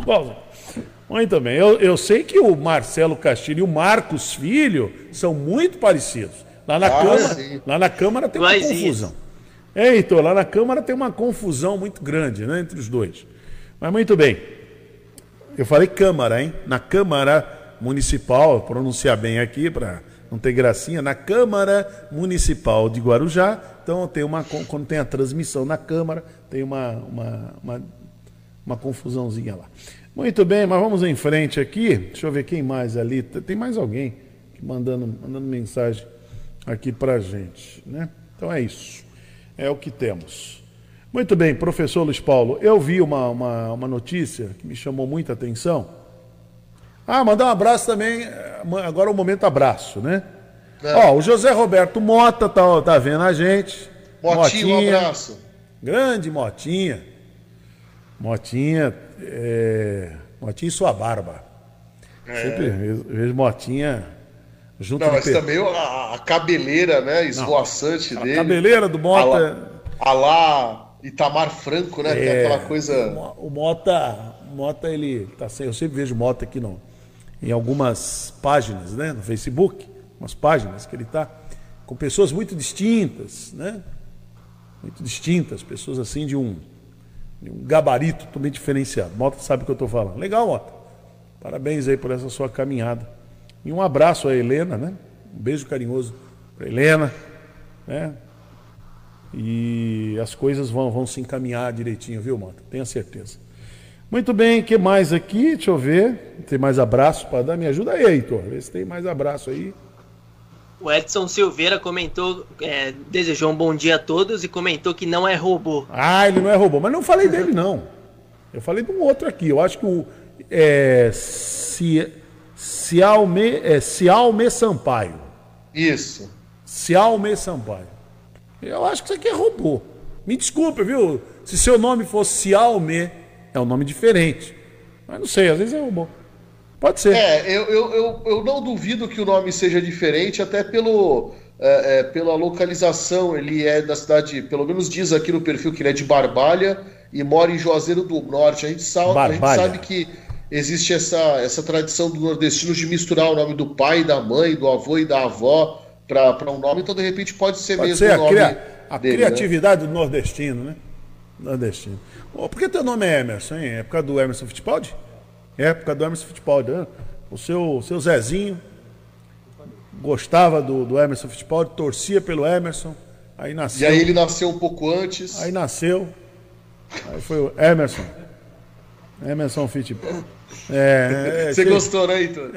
Muito bem, eu sei que o Marcelo Castilho e o Marcos Filho são muito parecidos. Lá na Câmara tem uma confusão. Heitor, lá na Câmara tem uma confusão muito grande, né, entre os dois. Mas muito bem. Eu falei Câmara, hein? Na Câmara Municipal, pronunciar bem aqui para não ter gracinha, na Câmara Municipal de Guarujá. Então quando tem a transmissão na Câmara, tem uma confusãozinha lá. Muito bem, mas vamos em frente aqui. Deixa eu ver quem mais ali. Tem mais alguém mandando mensagem aqui pra gente, né? Então é isso. É o que temos. Muito bem, professor Luiz Paulo. Eu vi uma notícia que me chamou muita atenção. Mandar um abraço também. Agora é o momento abraço, né? O José Roberto Mota tá vendo a gente.
Motinha, um abraço.
Grande Motinha. Motinha e sua barba. Sempre vejo Motinha junto. Não,
mas também a cabeleira, né, esvoaçante dele.
A cabeleira do Mota.
Alá Itamar Franco, né? Tem aquela coisa...
O Mota, ele tá sem... Eu sempre vejo o Mota aqui em algumas páginas, né? No Facebook, umas páginas que ele tá com pessoas muito distintas, né? Muito distintas, pessoas assim de um gabarito também diferenciado. Mota sabe o que eu estou falando. Legal, Mota. Parabéns aí por essa sua caminhada. E um abraço a Helena, né? Um beijo carinhoso para Helena, né? E as coisas vão se encaminhar direitinho, viu, Mota? Tenha certeza. Muito bem, o que mais aqui? Deixa eu ver. Tem mais abraço para dar? Me ajuda aí, Heitor. Vê se tem mais abraço aí.
O Edson Silveira comentou, desejou um bom dia a todos e comentou que não é robô.
Ah, ele não é robô. Mas não falei dele, não. Eu falei de um outro aqui. Eu acho que o Cialme Sampaio.
Isso.
Cialme Sampaio. Eu acho que isso aqui é robô. Me desculpe, viu? Se seu nome fosse Cialme, é um nome diferente. Mas não sei, às vezes é robô. Pode ser.
Eu não duvido que o nome seja diferente, até pela localização. Ele é da cidade, pelo menos diz aqui no perfil que ele é de Barbalha e mora em Juazeiro do Norte. A gente sabe que existe essa tradição do nordestino de misturar o nome do pai, da mãe, do avô e da avó para um nome, então de repente pode ser mesmo o nome
a
dele,
criatividade,
né?
Do nordestino, né? Nordestino. Por que teu nome é Emerson, hein? É por causa do Emerson Fittipaldi? É por causa do Emerson Fittipaldi, né? O seu Zezinho gostava do Emerson Fittipaldi, torcia pelo Emerson, aí nasceu.
E aí ele nasceu um pouco antes.
Aí nasceu, aí foi o Emerson Fittipaldi.
Você gostou, né, Heitor?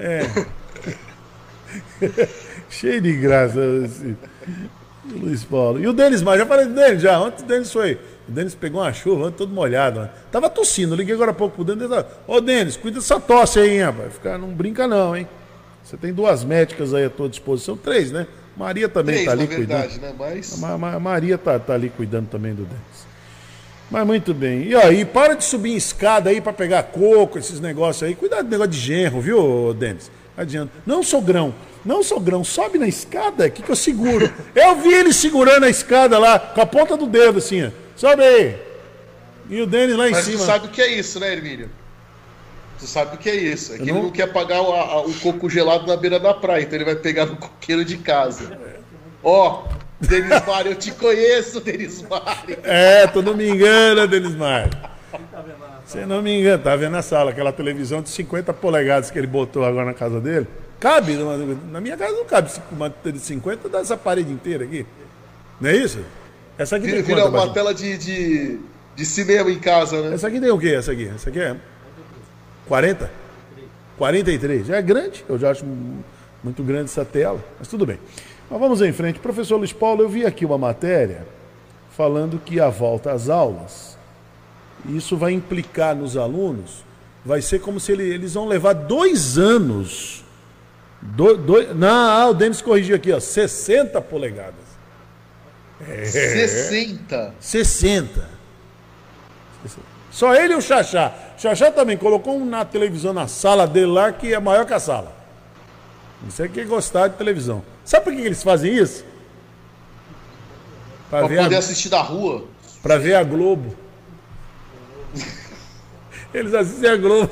Cheio de graça esse Luiz Paulo. E o Denis Mar, já falei do Denis já. Ontem o Denis foi. O Denis pegou uma chuva, ontem todo molhado. Né? Tava tossindo, liguei agora há pouco pro Denis. Ô Denis, cuida dessa tosse aí, hein, rapaz. Não brinca não, hein? Você tem 2 médicas aí à tua disposição, 3, né? Maria também
3,
tá ali
verdade,
cuidando.
Né? Mas...
A Maria tá ali cuidando também do Denis. Mas muito bem. E aí, para de subir em escada aí pra pegar coco, esses negócios aí. Cuidado do negócio de genro, viu, Denis? Adianta. Não, sogrão, sobe na escada que eu seguro. Eu vi ele segurando a escada lá, com a ponta do dedo assim, ó. Sobe aí. E o Denis lá em cima.
Mas tu sabe o que é isso, né, Hermínio? Tu sabe o que é isso. É que ele não quer pagar o coco gelado na beira da praia, então ele vai pegar no coqueiro de casa. Ó, Denis Mário, eu te conheço, Denis Mário.
Tu não me engana, Denis Mário. Você não me engana, tá vendo na sala, aquela televisão de 50 polegadas que ele botou agora na casa dele. Cabe, na minha casa não cabe uma de 50, dá essa parede inteira aqui. Não é isso? Essa aqui tem
vira uma tela de cinema em casa, né?
Essa aqui tem o quê? Essa aqui é 40? 43. Já é grande, eu já acho muito grande essa tela, mas tudo bem. Mas vamos em frente. Professor Luiz Paulo, eu vi aqui uma matéria falando que a volta às aulas, isso vai implicar nos alunos, vai ser como se eles vão levar 2 anos. Não, o Denis corrigiu aqui, ó, 60 polegadas.
60?
60. Só ele e o Xaxá. Xaxá também colocou na televisão na sala dele lá, que é maior que a sala. Não sei quem gostar de televisão. Sabe por que eles fazem isso?
Pra poder assistir da rua.
Pra ver a Globo. Eles assistem a Globo.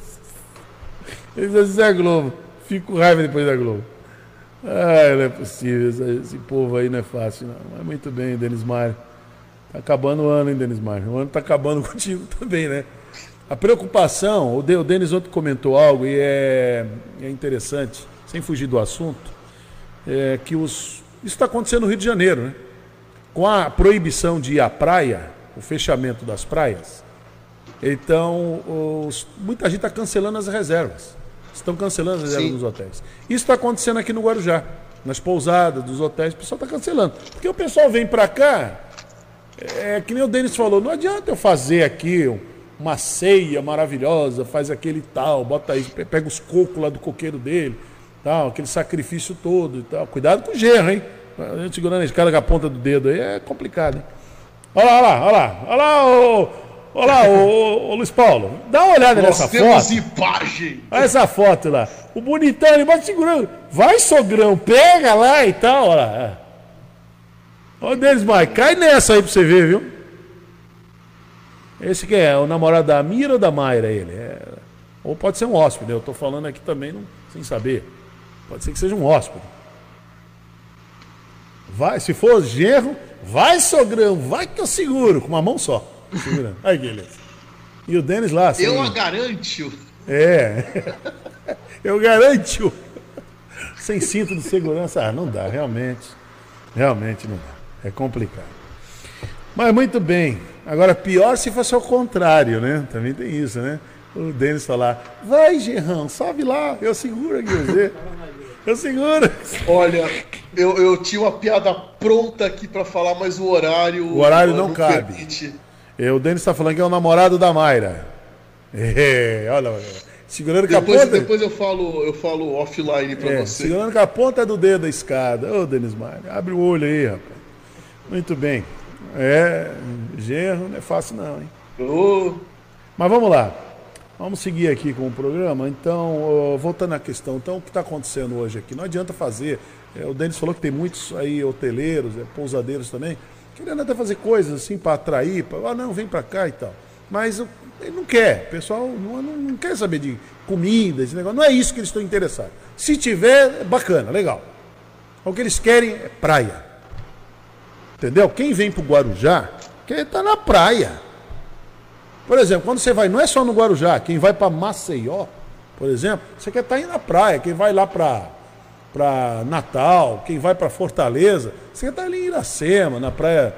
Fico com raiva depois da Globo. Não é possível. Esse povo aí não é fácil, não. Mas muito bem, Denis Mário. Tá acabando o ano, hein, Denis Mário? O ano tá acabando contigo também, né? A preocupação, o Denis ontem comentou algo e é interessante, sem fugir do assunto, é que isso está acontecendo no Rio de Janeiro, né? Com a proibição de ir à praia, o fechamento das praias, então muita gente está cancelando as reservas. Estão cancelando as reservas dos hotéis. Isso está acontecendo aqui no Guarujá, nas pousadas dos hotéis, o pessoal está cancelando. Porque o pessoal vem para cá, que nem o Denis falou, não adianta eu fazer aqui uma ceia maravilhosa, faz aquele tal, bota aí, pega os cocos lá do coqueiro dele, tal, aquele sacrifício todo e tal. Cuidado com o genro, hein? A gente segurando a escada com a ponta do dedo aí é complicado, hein? Olha lá, ô Luiz Paulo, dá uma olhada nessa foto.
Nós temos imagem.
Olha essa foto lá. O bonitão ali, bota segurando. Vai, sogrão, pega lá e tal, olha lá. Ô, Denis Maia, cai nessa aí pra você ver, viu? Esse que é o namorado da Mira ou da Mayra, ele? Ou pode ser um hóspede, eu tô falando aqui também sem saber. Pode ser que seja um hóspede. Vai, se for genro, vai, sogrão, vai que eu seguro, com uma mão só. Segurando. Aí, beleza. E o Denis lá. Assim,
eu a garanto.
Eu garanto. Sem cinto de segurança, não dá, realmente não dá. É complicado. Mas muito bem. Agora, pior se fosse ao contrário, né? Também tem isso, né? O Denis falar, vai, Gerrão, sobe lá, eu seguro aqui você. Eu seguro.
Olha, eu tinha uma piada pronta aqui pra falar, mas o horário...
O horário não cabe.
Permite.
O Denis tá falando que é o namorado da Mayra. Olha, segurando com a ponta...
Depois eu falo offline pra você.
Segurando com a ponta do dedo da escada. Ô, Denis Mayra, abre o olho aí, rapaz. Muito bem. Genro não é fácil não, hein? Mas vamos lá. Vamos seguir aqui com o programa. Então, voltando à questão, então, o que está acontecendo hoje aqui? Não adianta fazer. O Denis falou que tem muitos aí hoteleiros, pousadeiros também, querendo até fazer coisas assim para atrair, não, vem para cá e tal. Mas ele não quer. O pessoal não quer saber de comida, esse negócio. Não é isso que eles estão interessados. Se tiver, é bacana, legal. O que eles querem é praia. Entendeu? Quem vem para o Guarujá quer estar na praia. Por exemplo, quando você vai, não é só no Guarujá, quem vai para Maceió, por exemplo, você quer estar indo na praia, quem vai lá para Natal, quem vai para Fortaleza, você quer estar ali em Iracema, na praia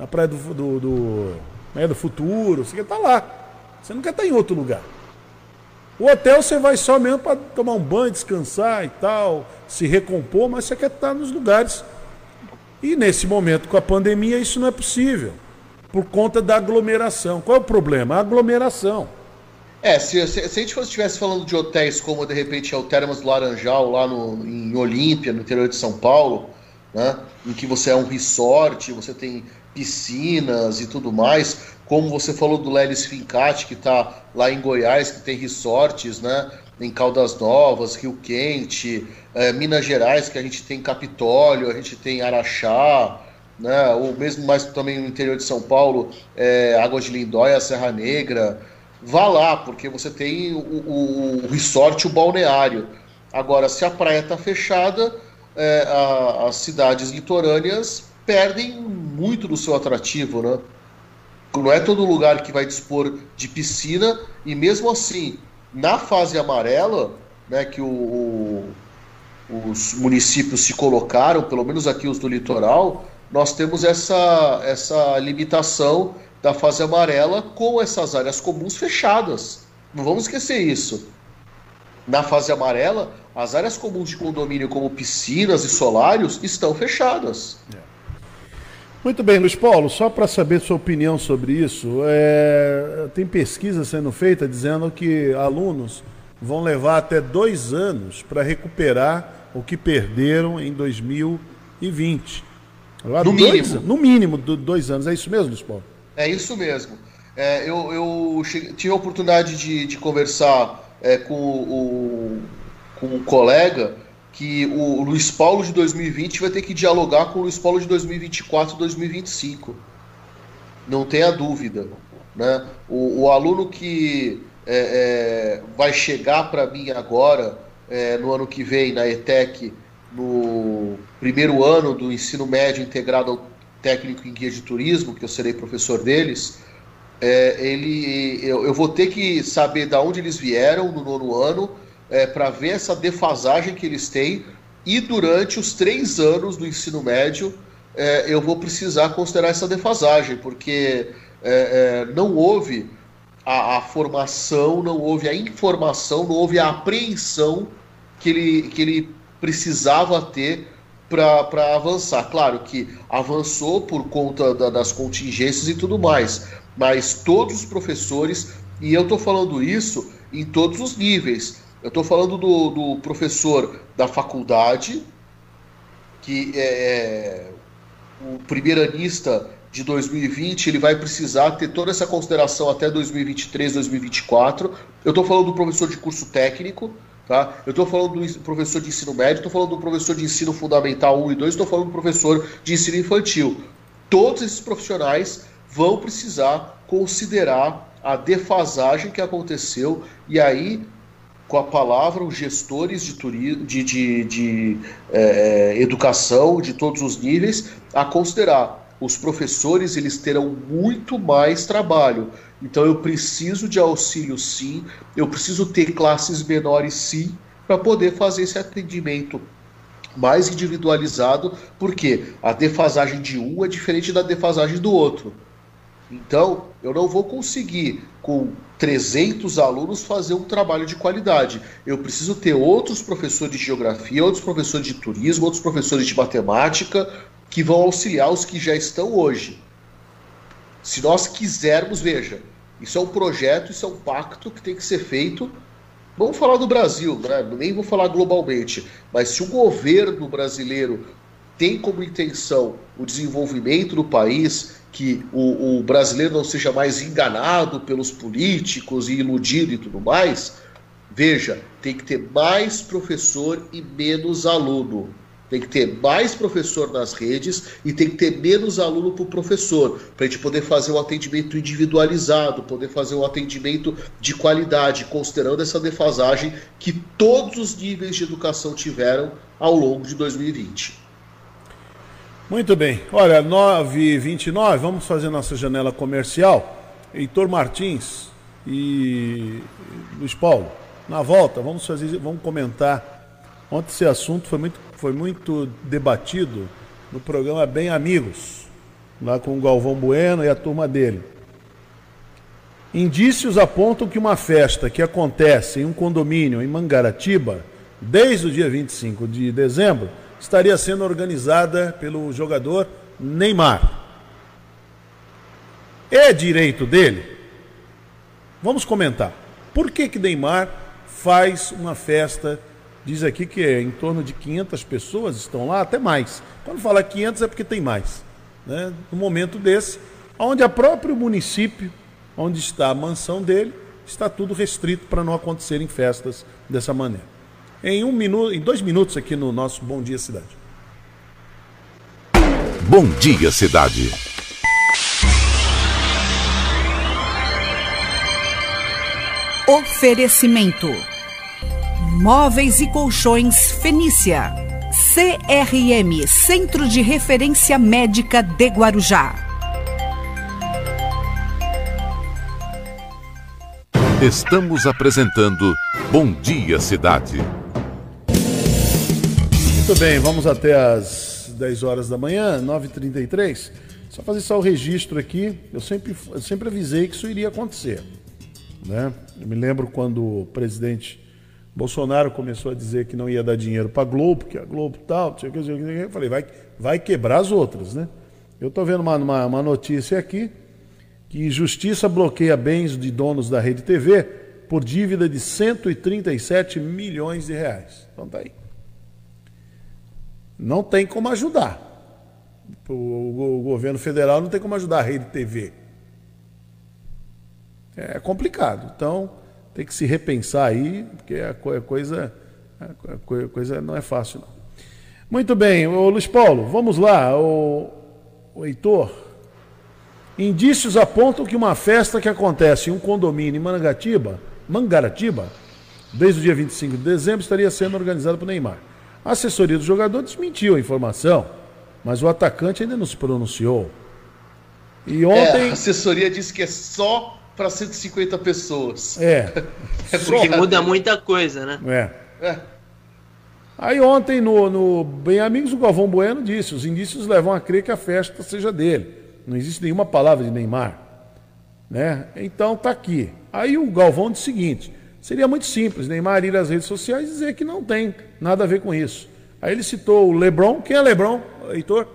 do Futuro, você quer estar lá, você não quer estar em outro lugar. O hotel você vai só mesmo para tomar um banho, descansar e tal, se recompor, mas você quer estar nos lugares. E nesse momento com a pandemia isso não é possível. Por conta da aglomeração. Qual é o problema? A aglomeração.
Se a gente estivesse falando de hotéis como, de repente, é o Termas do Laranjal, lá em Olímpia, no interior de São Paulo, né, em que você é um resort, você tem piscinas e tudo mais, como você falou do Lelis Fincati, que está lá em Goiás, que tem resorts, né, em Caldas Novas, Rio Quente, Minas Gerais, que a gente tem Capitólio, a gente tem Araxá, né, ou mesmo mais também no interior de São Paulo, Águas de Lindóia, Serra Negra. Vá lá, porque você tem o resort, o balneário. Agora, se a praia está fechada, as cidades litorâneas perdem muito do seu atrativo, né? Não é todo lugar que vai dispor de piscina, e mesmo assim, na fase amarela, né, que os municípios se colocaram, pelo menos aqui os do litoral, nós temos essa limitação da fase amarela com essas áreas comuns fechadas. Não vamos esquecer isso. Na fase amarela, as áreas comuns de condomínio, como piscinas e solários, estão fechadas.
Muito bem, Luiz Paulo, só para saber sua opinião sobre isso, tem pesquisa sendo feita dizendo que alunos vão levar até 2 anos para recuperar o que perderam em 2020. No mínimo 2 anos, é isso mesmo, Luiz Paulo?
É isso mesmo. Eu tive a oportunidade de conversar com um colega que o Luiz Paulo de 2020 vai ter que dialogar com o Luiz Paulo de 2024 e 2025. Não tenha dúvida. Né? O aluno que vai chegar para mim agora, no ano que vem, na ETEC, no primeiro ano do ensino médio integrado ao técnico em guia de turismo, que eu serei professor deles, eu vou ter que saber de onde eles vieram no 9º ano, para ver essa defasagem que eles têm, e durante os 3 anos do ensino médio eu vou precisar considerar essa defasagem, porque não houve a formação, não houve a informação, não houve a apreensão que ele precisava ter para avançar. Claro que avançou por conta das contingências e tudo mais, mas todos os professores, e eu estou falando isso em todos os níveis, eu estou falando do professor da faculdade, que o primeiranista de 2020, ele vai precisar ter toda essa consideração até 2023, 2024. Eu estou falando do professor de curso técnico, tá? Eu estou falando do professor de ensino médio, estou falando do professor de ensino fundamental 1 e 2, estou falando do professor de ensino infantil. Todos esses profissionais vão precisar considerar a defasagem que aconteceu, e aí, com a palavra, os gestores de educação de todos os níveis a considerar. Os professores, eles terão muito mais trabalho. Então eu preciso de auxílio sim, eu preciso ter classes menores sim, para poder fazer esse atendimento mais individualizado, porque a defasagem de um é diferente da defasagem do outro. Então, eu não vou conseguir, com 300 alunos, fazer um trabalho de qualidade. Eu preciso ter outros professores de geografia, outros professores de turismo, outros professores de matemática, que vão auxiliar os que já estão hoje. Se nós quisermos, veja, isso é um projeto, isso é um pacto que tem que ser feito. Vamos falar do Brasil, né? Nem vou falar globalmente, mas se o governo brasileiro tem como intenção o desenvolvimento do país, que o brasileiro não seja mais enganado pelos políticos e iludido e tudo mais, veja, tem que ter mais professor e menos aluno. Tem que ter mais professor nas redes e tem que ter menos aluno para o professor, para a gente poder fazer um atendimento individualizado, poder fazer um atendimento de qualidade, considerando essa defasagem que todos os níveis de educação tiveram ao longo de 2020.
Muito bem. Olha, 9h29, vamos fazer nossa janela comercial. Heitor Martins e Luiz Paulo, na volta, vamos comentar. Ontem esse assunto foi muito debatido no programa Bem Amigos, lá com o Galvão Bueno e a turma dele. Indícios apontam que uma festa que acontece em um condomínio em Mangaratiba, desde o dia 25 de dezembro, estaria sendo organizada pelo jogador Neymar. É direito dele? Vamos comentar. Por que Neymar faz uma festa? Diz aqui que em torno de 500 pessoas estão lá, até mais. Quando fala 500 é porque tem mais, né? No momento desse, onde a próprio município, onde está a mansão dele, está tudo restrito para não acontecerem festas dessa maneira. Em 2 minutos aqui no nosso Bom Dia Cidade.
Bom Dia Cidade.
Oferecimento: Móveis e Colchões Fenícia. CRM, Centro de Referência Médica de Guarujá.
Estamos apresentando Bom Dia Cidade.
Muito bem, vamos até às 10 horas da manhã, 9h33. Só fazer só o registro aqui. Eu sempre avisei que isso iria acontecer, né? Eu me lembro quando o presidente Bolsonaro começou a dizer que não ia dar dinheiro para a Globo, que a Globo tal, eu falei, vai quebrar as outras, né? Eu estou vendo uma notícia aqui, que Justiça bloqueia bens de donos da Rede TV por dívida de 137 milhões de reais. Então tá aí. Não tem como ajudar. O governo federal não tem como ajudar a Rede TV. É complicado. Então tem que se repensar aí, porque a coisa não é fácil, não. Muito bem, ô Luiz Paulo, vamos lá. O Heitor, indícios apontam que uma festa que acontece em um condomínio em Mangaratiba, desde o dia 25 de dezembro, estaria sendo organizada por Neymar. A assessoria do jogador desmentiu a informação, mas o atacante ainda não se pronunciou. E ontem...
a assessoria disse que é só para 150 pessoas.
Porque muda muita coisa, né?
Aí ontem no Bem Amigos o Galvão Bueno disse, os indícios levam a crer que a festa seja dele. Não existe nenhuma palavra de Neymar, né? Então tá aqui. Aí o Galvão disse o seguinte, seria muito simples, Neymar ir às redes sociais e dizer que não tem nada a ver com isso. Aí ele citou o LeBron. Quem é LeBron, Heitor?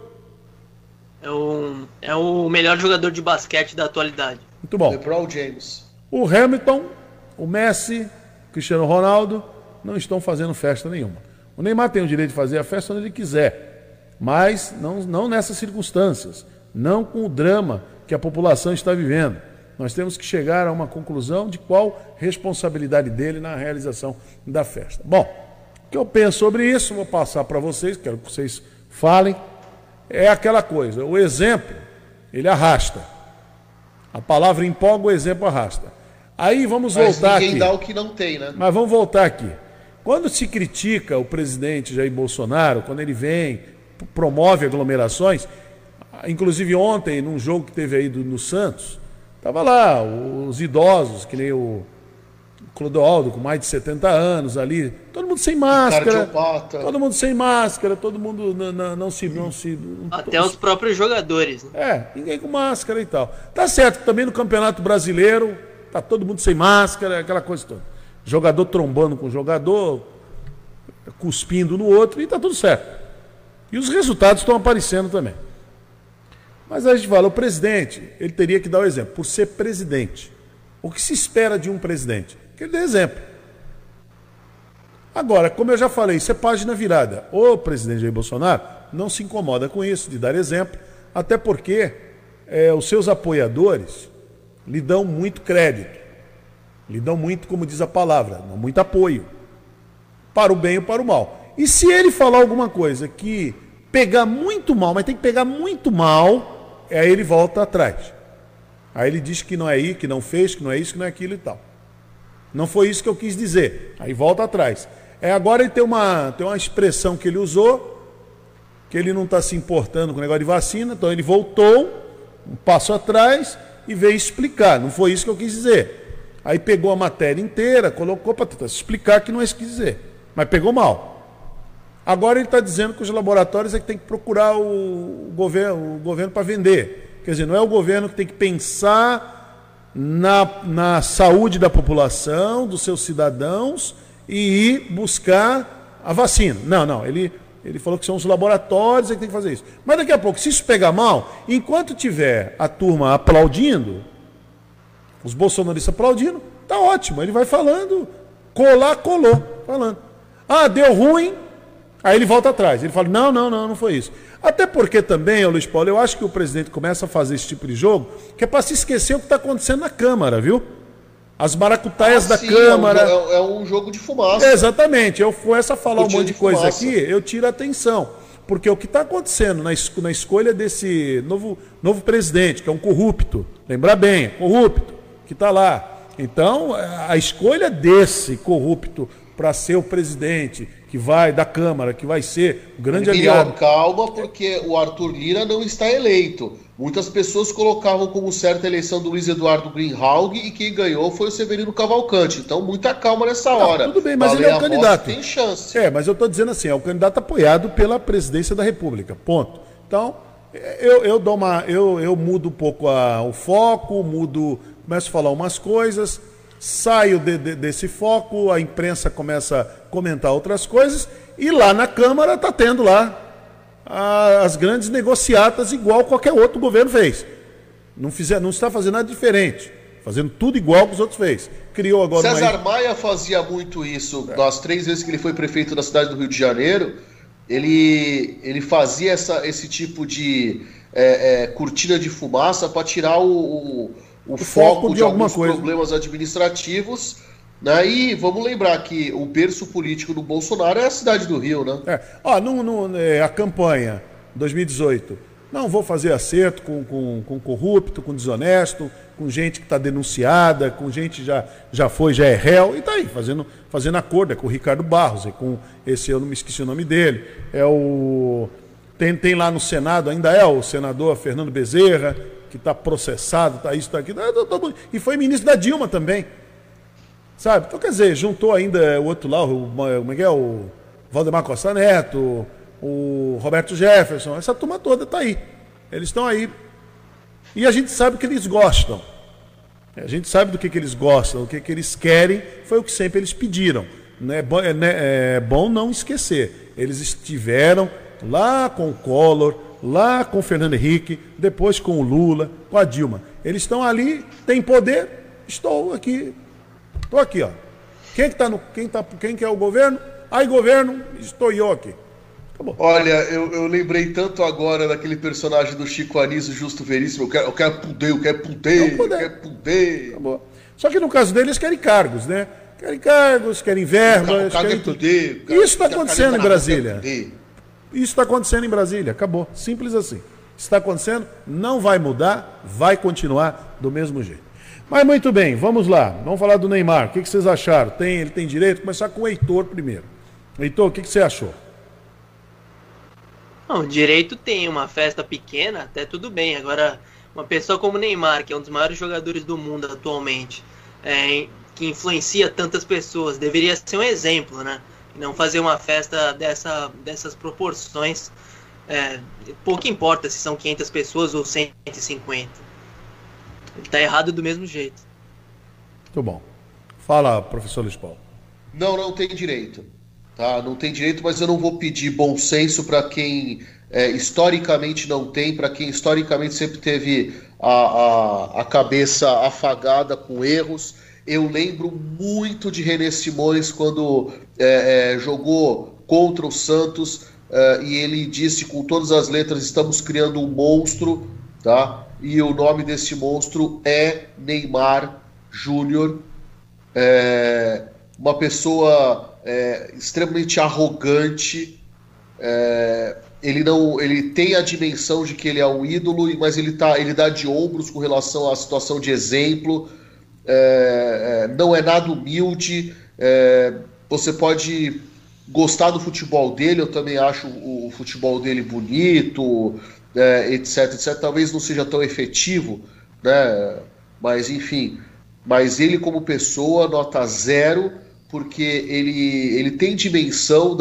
É o melhor jogador de basquete da atualidade.
Muito bom.
LeBron James.
O Hamilton, o Messi, o Cristiano Ronaldo não estão fazendo festa nenhuma. O Neymar tem o direito de fazer a festa onde ele quiser, mas não nessas circunstâncias, não com o drama que a população está vivendo. Nós temos que chegar a uma conclusão de qual responsabilidade dele na realização da festa. Bom, o que eu penso sobre isso, vou passar para vocês, quero que vocês falem. É aquela coisa, o exemplo, ele arrasta. A palavra empolga, o exemplo arrasta. Aí vamos
Mas
voltar aqui.
ninguém dá o que não tem, né?
Mas vamos voltar aqui. Quando se critica o presidente Jair Bolsonaro, quando ele vem, promove aglomerações, inclusive ontem, num jogo que teve aí no Santos, tava lá os idosos, que nem o Clodoaldo, com mais de 70 anos ali, todo mundo sem máscara, todo mundo sem máscara, todo mundo não se...
Até os próprios jogadores. Né?
Ninguém com máscara e tal. Tá certo que também no Campeonato Brasileiro, tá todo mundo sem máscara, aquela coisa toda. Jogador trombando com jogador, cuspindo no outro, e tá tudo certo. E os resultados estão aparecendo também. Mas a gente fala, o presidente, ele teria que dar o exemplo, por ser presidente. O que se espera de um presidente? Que ele dê exemplo. Agora, como eu já falei, isso é página virada. O presidente Jair Bolsonaro não se incomoda com isso, de dar exemplo, até porque os seus apoiadores lhe dão muito crédito, lhe dão muito, como diz a palavra, muito apoio, para o bem ou para o mal. E se ele falar alguma coisa que pegar muito mal, mas tem que pegar muito mal, aí ele volta atrás. Aí ele diz que não é isso, que não fez, que não é isso, que não é aquilo e tal. Não foi isso que eu quis dizer. Aí volta atrás. Agora ele tem uma expressão que ele usou, que ele não está se importando com o negócio de vacina, então ele voltou um passo atrás e veio explicar. Não foi isso que eu quis dizer. Aí pegou a matéria inteira, colocou para tentar explicar que não é isso que quis dizer. Mas pegou mal. Agora ele está dizendo que os laboratórios é que tem que procurar o governo para vender. Quer dizer, não é o governo que tem que pensar na saúde da população, dos seus cidadãos, e ir buscar a vacina. Não. Ele falou que são os laboratórios que tem que fazer isso. Mas daqui a pouco, se isso pegar mal, enquanto tiver a turma aplaudindo, os bolsonaristas aplaudindo, tá ótimo. Ele vai falando, colou, falando. Deu ruim, aí ele volta atrás. Ele fala, não foi isso. Até porque também, Luiz Paulo, eu acho que o presidente começa a fazer esse tipo de jogo, que é para se esquecer o que está acontecendo na Câmara, viu? As maracutaias da Câmara.
É um jogo de fumaça.
Exatamente. Eu começo a falar um monte de coisa aqui, eu tiro a atenção. Porque o que está acontecendo na escolha desse novo presidente, que é um corrupto, lembra bem, corrupto, que está lá. Então, a escolha desse corrupto para ser o presidente que vai da Câmara, que vai ser o grande aliado.
Calma, porque o Arthur Lira não está eleito. Muitas pessoas colocavam como certa a eleição do Luiz Eduardo Greenhalgh e quem ganhou foi o Severino Cavalcante. Então, muita calma nessa hora.
Tudo bem, mas ele é o candidato.
Tem chance.
Mas eu estou dizendo assim, é o candidato apoiado pela presidência da República. Ponto. Então, eu mudo um pouco o foco, começo a falar umas coisas, saio desse foco, a imprensa começa a comentar outras coisas, e lá na Câmara está tendo lá as grandes negociatas igual qualquer outro governo fez. Não está fazendo nada diferente, fazendo tudo igual que os outros fez. Criou agora
César Maia fazia muito isso. Das 3 vezes que ele foi prefeito da cidade do Rio de Janeiro, ele fazia esse tipo de cortina de fumaça para tirar o foco de alguns problemas administrativos, né? E vamos lembrar que o berço político do Bolsonaro é a cidade do Rio, né?
A campanha 2018, não vou fazer acerto com corrupto, com desonesto, com gente que está denunciada, com gente que já é réu, e tá aí, fazendo acordo, com o Ricardo Barros, com esse, eu não me esqueci o nome dele, tem lá no Senado, ainda é o senador Fernando Bezerra, que está processado, está isso, está aquilo, e foi ministro da Dilma também, sabe? Então, quer dizer, juntou ainda o outro lá, o Valdemar Costa Neto, o Roberto Jefferson, essa turma toda está aí, eles estão aí, e a gente sabe o que eles gostam, a gente sabe do que eles gostam, o que eles querem, foi o que sempre eles pediram, é bom não esquecer, eles estiveram lá com o Collor, lá com o Fernando Henrique, depois com o Lula, com a Dilma. Eles estão ali, têm poder, estou aqui, ó. Quem que é o governo? Aí, governo, estou eu aqui. Acabou.
Olha, eu lembrei tanto agora daquele personagem do Chico Anísio, Justo Veríssimo, eu quero poder.
Acabou. Só que no caso deles, querem cargos, né? Querem cargos, querem verbas, querem tudo. Isso está acontecendo em Brasília. Isso está acontecendo em Brasília, acabou. Simples assim. que está acontecendo não vai mudar, vai continuar do mesmo jeito. Mas muito bem, vamos lá. Vamos falar do Neymar. O que vocês acharam? Ele tem direito? Vou começar com o Heitor primeiro. Heitor, o que você achou?
Não, direito tem. Uma festa pequena, até tudo bem. Agora, uma pessoa como o Neymar, que é um dos maiores jogadores do mundo atualmente, que influencia tantas pessoas, deveria ser um exemplo, né? Não fazer uma festa dessas proporções. Pouco importa se são 500 pessoas ou 150. Ele tá errado do mesmo jeito.
Muito bom. Fala, professor Luiz Paulo.
Não tem direito. Tá? Não tem direito, mas eu não vou pedir bom senso para quem historicamente não tem, para quem historicamente sempre teve a cabeça afagada com erros. Eu lembro muito de René Simões quando jogou contra o Santos e ele disse com todas as letras: estamos criando um monstro, tá? E o nome desse monstro é Neymar Júnior. Uma pessoa extremamente arrogante. Ele tem a dimensão de que ele é um ídolo, mas ele dá de ombros com relação à situação de exemplo. Não é nada humilde. Você pode gostar do futebol dele, eu também acho o futebol dele bonito, etc. Talvez não seja tão efetivo, né? Mas enfim, mas ele como pessoa, nota 0, porque ele tem dimensão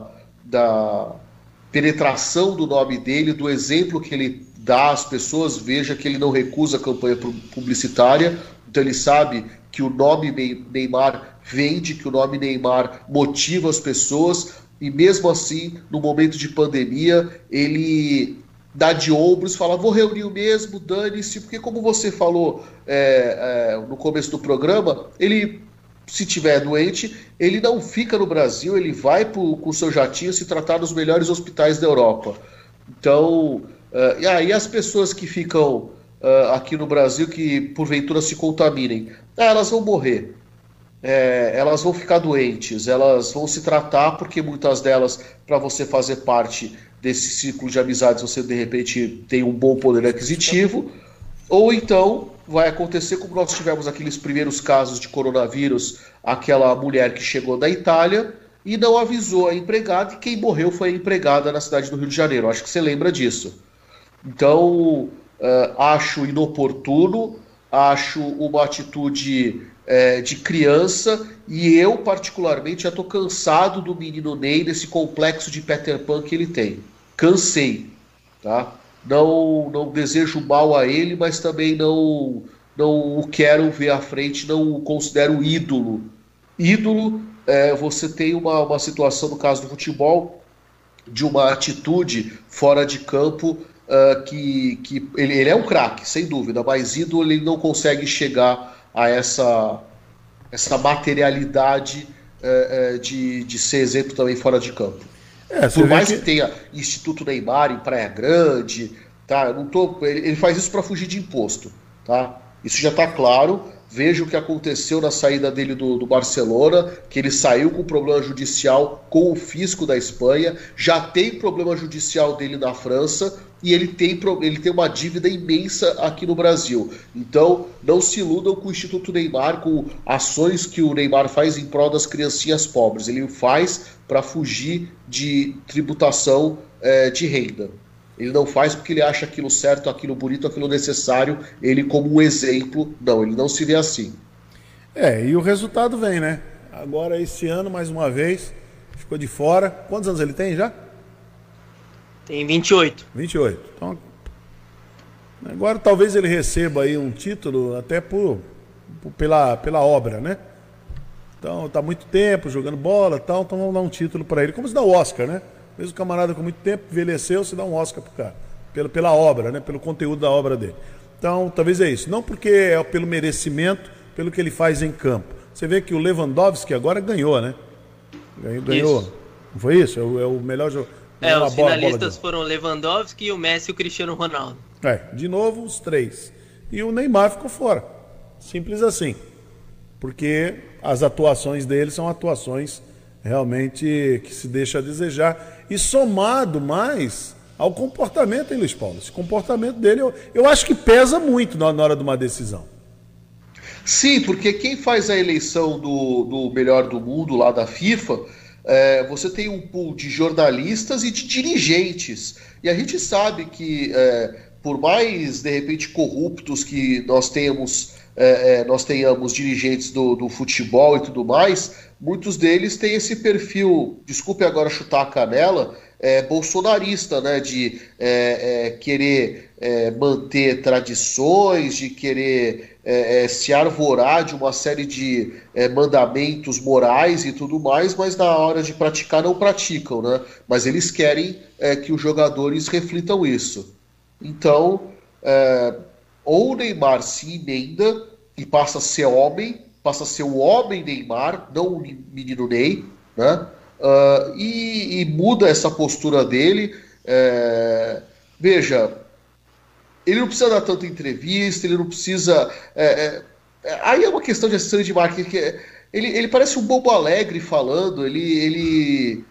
da penetração do nome dele, do exemplo que ele dá às pessoas. Veja que ele não recusa a campanha publicitária, então ele sabe que o nome Neymar vende, que o nome Neymar motiva as pessoas, e mesmo assim, no momento de pandemia, ele dá de ombros, fala: vou reunir o mesmo, dane-se, porque como você falou no começo do programa, ele, se tiver doente, ele não fica no Brasil, ele vai com o seu jatinho se tratar nos melhores hospitais da Europa. Então, e aí as pessoas que ficam aqui no Brasil, que porventura se contaminem, elas vão morrer. Elas vão ficar doentes, elas vão se tratar, porque muitas delas, para você fazer parte desse ciclo de amizades, você de repente tem um bom poder aquisitivo, ou então vai acontecer como nós tivemos aqueles primeiros casos de coronavírus, aquela mulher que chegou da Itália e não avisou a empregada, e quem morreu foi a empregada na cidade do Rio de Janeiro. Acho que você lembra disso. Então, acho inoportuno, acho uma atitude de criança, e eu particularmente já estou cansado do menino Ney, desse complexo de Peter Pan que ele tem. Cansei, tá? Não desejo mal a ele, mas também não o quero ver à frente, não o considero ídolo. Ídolo, você tem uma situação, no caso do futebol, de uma atitude fora de campo, que ele é um craque, sem dúvida, mas ídolo ele não consegue chegar a essa materialidade de ser exemplo também fora de campo. Por mais que tenha Instituto Neymar em Praia Grande, tá? Ele faz isso para fugir de imposto, tá? Isso já está claro. Veja o que aconteceu na saída dele do Barcelona, que ele saiu com problema judicial com o fisco da Espanha, já tem problema judicial dele na França, e ele tem uma dívida imensa aqui no Brasil. Então, não se iludam com o Instituto Neymar, com ações que o Neymar faz em prol das criancinhas pobres. Ele faz para fugir de tributação de renda. Ele não faz porque ele acha aquilo certo, aquilo bonito, aquilo necessário, ele como um exemplo. Não, ele não se vê assim.
E o resultado vem, né? Agora, esse ano, mais uma vez, ficou de fora. Quantos anos ele tem já?
Tem 28.
28. Então, agora talvez ele receba aí um título até pela obra, né? Então, tá muito tempo jogando bola e tal, então vamos dar um título para ele. Como se dá o Oscar, né? Mesmo camarada com muito tempo, envelheceu, você dá um Oscar pro cara. Pela obra, né? Pelo conteúdo da obra dele. Então, talvez é isso. Não porque é pelo merecimento, pelo que ele faz em campo. Você vê que o Lewandowski agora ganhou, né? Ganhou.
Isso.
Não foi isso? É o melhor jogo.
Os finalistas foram o Lewandowski, e o Messi e o Cristiano Ronaldo.
De novo, os 3. E o Neymar ficou fora. Simples assim. Porque as atuações dele são atuações realmente que se deixa a desejar. E somado mais ao comportamento, hein, Luiz Paulo? Esse comportamento dele, eu acho que pesa muito na hora de uma decisão.
Sim, porque quem faz a eleição do melhor do mundo lá da FIFA, você tem um pool de jornalistas e de dirigentes. E a gente sabe que, por mais, de repente, corruptos que nós tenhamos dirigentes do futebol e tudo mais, muitos deles têm esse perfil, desculpe agora chutar a canela, bolsonarista, né, de querer manter tradições, de querer se arvorar de uma série de mandamentos morais e tudo mais, mas na hora de praticar não praticam, né? Mas eles querem que os jogadores reflitam isso. Então, ou o Neymar se emenda e passa a ser homem, passa a ser o homem Neymar, não o menino Ney, né? E muda essa postura dele. Veja, ele não precisa dar tanta entrevista, ele não precisa... aí é uma questão de assessoria de marketing, que ele parece um bobo alegre falando, e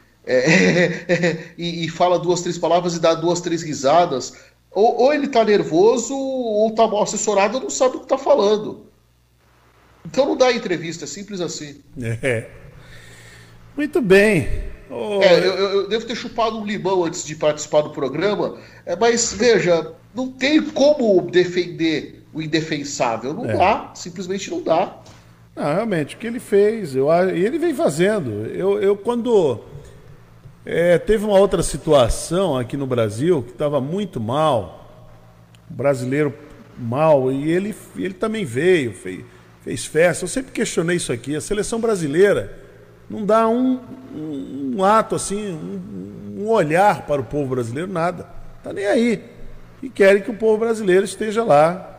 fala 2, 3 palavras e dá 2, 3 risadas. Ou ele tá nervoso, ou tá mal assessorado, não sabe o que tá falando. Então não dá entrevista, é simples assim.
Muito bem.
Eu devo ter chupado um limão antes de participar do programa, mas veja, não tem como defender o indefensável. Não dá, simplesmente não dá.
Não, realmente, o que ele fez, e ele vem fazendo. Eu quando teve uma outra situação aqui no Brasil, que estava muito mal, o brasileiro mal, e ele também veio, fez festa. Eu sempre questionei isso aqui, a seleção brasileira não dá um ato assim, um olhar para o povo brasileiro, nada. Tá nem aí. E querem que o povo brasileiro esteja lá.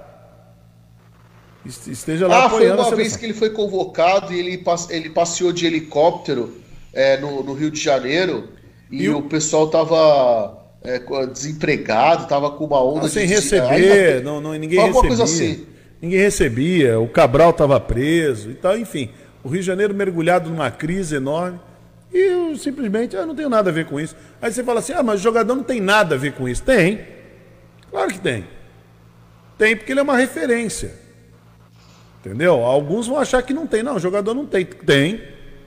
Esteja lá apoiando a seleção.
Foi uma vez que ele foi convocado e ele passeou de helicóptero no Rio de Janeiro e o pessoal tava desempregado, tava com uma onda
sem receber, ninguém recebia.
Uma coisa assim.
Ninguém recebia, o Cabral estava preso e tal, enfim. O Rio de Janeiro mergulhado numa crise enorme e eu simplesmente não tenho nada a ver com isso. Aí você fala assim, mas o jogador não tem nada a ver com isso. Tem, claro que tem. Tem porque ele é uma referência. Entendeu? Alguns vão achar que não tem. Não, o jogador não tem. Tem.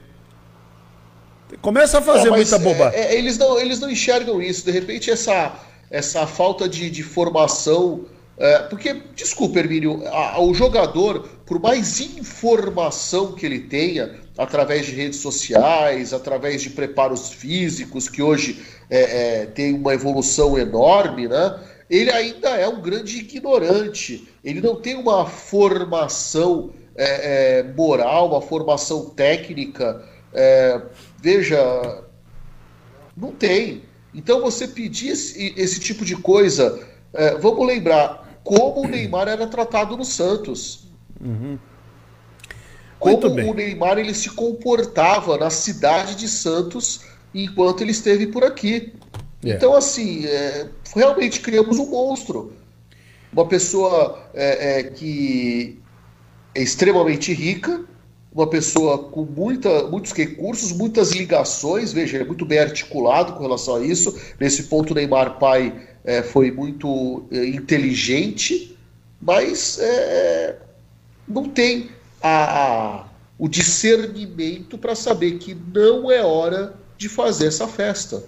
Começa a fazer muita bobagem.
Eles não enxergam isso. De repente essa falta de formação... porque, desculpa, Hermínio, o jogador, por mais informação que ele tenha, através de redes sociais, através de preparos físicos, que hoje tem uma evolução enorme, né? Ele ainda é um grande ignorante. Ele não tem uma formação moral, uma formação técnica. Veja, não tem. Então você pedir esse tipo de coisa... vamos lembrar como o Neymar era tratado no Santos.
Uhum.
Como o Neymar ele se comportava na cidade de Santos enquanto ele esteve por aqui. Então, assim, realmente criamos um monstro. Uma pessoa que é extremamente rica, uma pessoa com muitos recursos, muitas ligações, veja, ele é muito bem articulado com relação a isso. Nesse ponto, o Neymar pai foi muito inteligente, mas não tem o discernimento para saber que não é hora de fazer essa festa.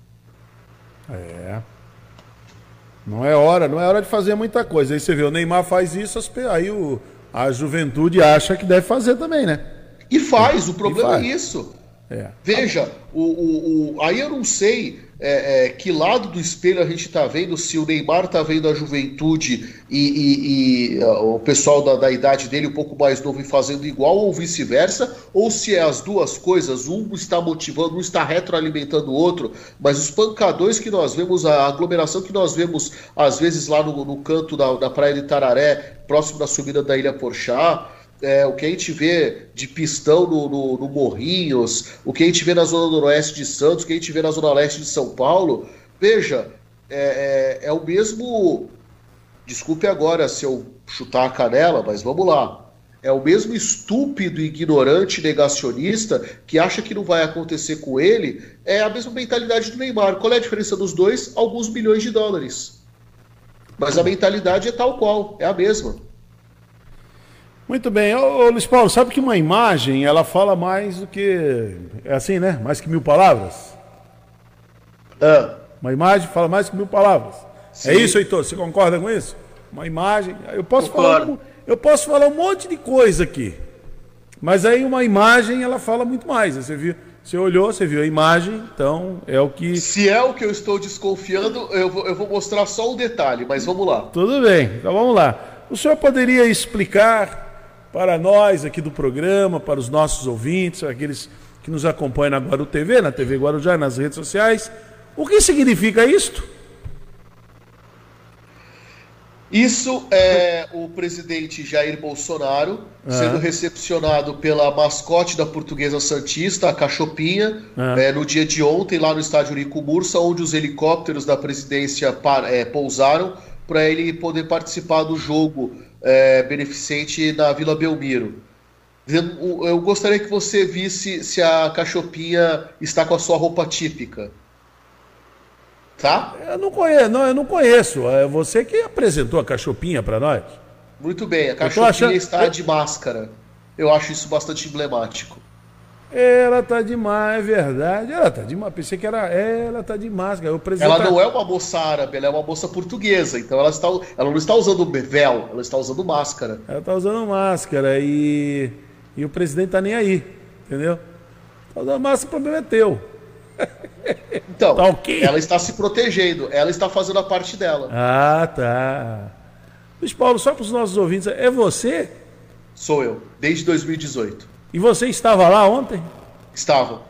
Não é hora de fazer muita coisa. Aí você vê, o Neymar faz isso, aí a juventude acha que deve fazer também, né?
E faz, o problema é isso. Veja, aí eu não sei que lado do espelho a gente está vendo, se o Neymar está vendo a juventude e o pessoal da idade dele um pouco mais novo e fazendo igual, ou vice-versa, ou se é as duas coisas, um está motivando, um está retroalimentando o outro, mas os pancadões que nós vemos, a aglomeração que nós vemos às vezes lá no canto da praia de Tararé, próximo da subida da Ilha Porchá, o que a gente vê de pistão no Morrinhos, o que a gente vê na zona noroeste de Santos, o que a gente vê na zona leste de São Paulo, veja, é o mesmo, desculpe agora se eu chutar a canela, mas vamos lá, É o mesmo estúpido, ignorante, negacionista que acha que não vai acontecer com ele. É a mesma mentalidade do Neymar. Qual é a diferença dos dois? Alguns milhões de dólares. Mas a mentalidade é tal qual, é a mesma.
Muito bem. Ô, Luiz Paulo, sabe que uma imagem, ela fala mais do que... É assim, né? Mais que 1000 palavras? Uma imagem fala mais que 1000 palavras. Sim. É isso, Heitor? Você concorda com isso? Uma imagem... Eu posso falar um monte de coisa aqui. Mas aí uma imagem, ela fala muito mais. Você viu? Você olhou, você viu a imagem, então é o que...
Se é o que eu estou desconfiando, eu vou mostrar só um detalhe, mas vamos lá.
Tudo bem, então vamos lá. O senhor poderia explicar para nós aqui do programa, para os nossos ouvintes, aqueles que nos acompanham na Guaru TV, na TV Guarujá, nas redes sociais, o que significa isto?
Isso é o presidente Jair Bolsonaro sendo recepcionado pela mascote da Portuguesa Santista, a Cachopinha, no dia de ontem, lá no estádio Eurico Mursa, onde os helicópteros da presidência pousaram para ele poder participar do jogo beneficente na Vila Belmiro. Eu gostaria que você visse se a Cachopinha está com a sua roupa típica. Tá?
Eu não conheço. É você que apresentou a Cachopinha para nós.
Muito bem, a Cachopinha está de máscara. Eu acho isso bastante emblemático.
Ela tá de máscara, é verdade. Ela tá de máscara. Pensei que ela tá de máscara.
Ela não é uma moça árabe, ela é uma moça portuguesa. Então ela não está usando véu, ela está usando máscara.
Ela tá usando máscara e o presidente tá nem aí, entendeu? Tá usando máscara, o problema é teu.
Então, tá okay. Ela está se protegendo, ela está fazendo a parte dela.
Ah, tá. Luiz Paulo, só para os nossos ouvintes, é você?
Sou eu, desde 2018.
E você estava lá ontem?
Estava.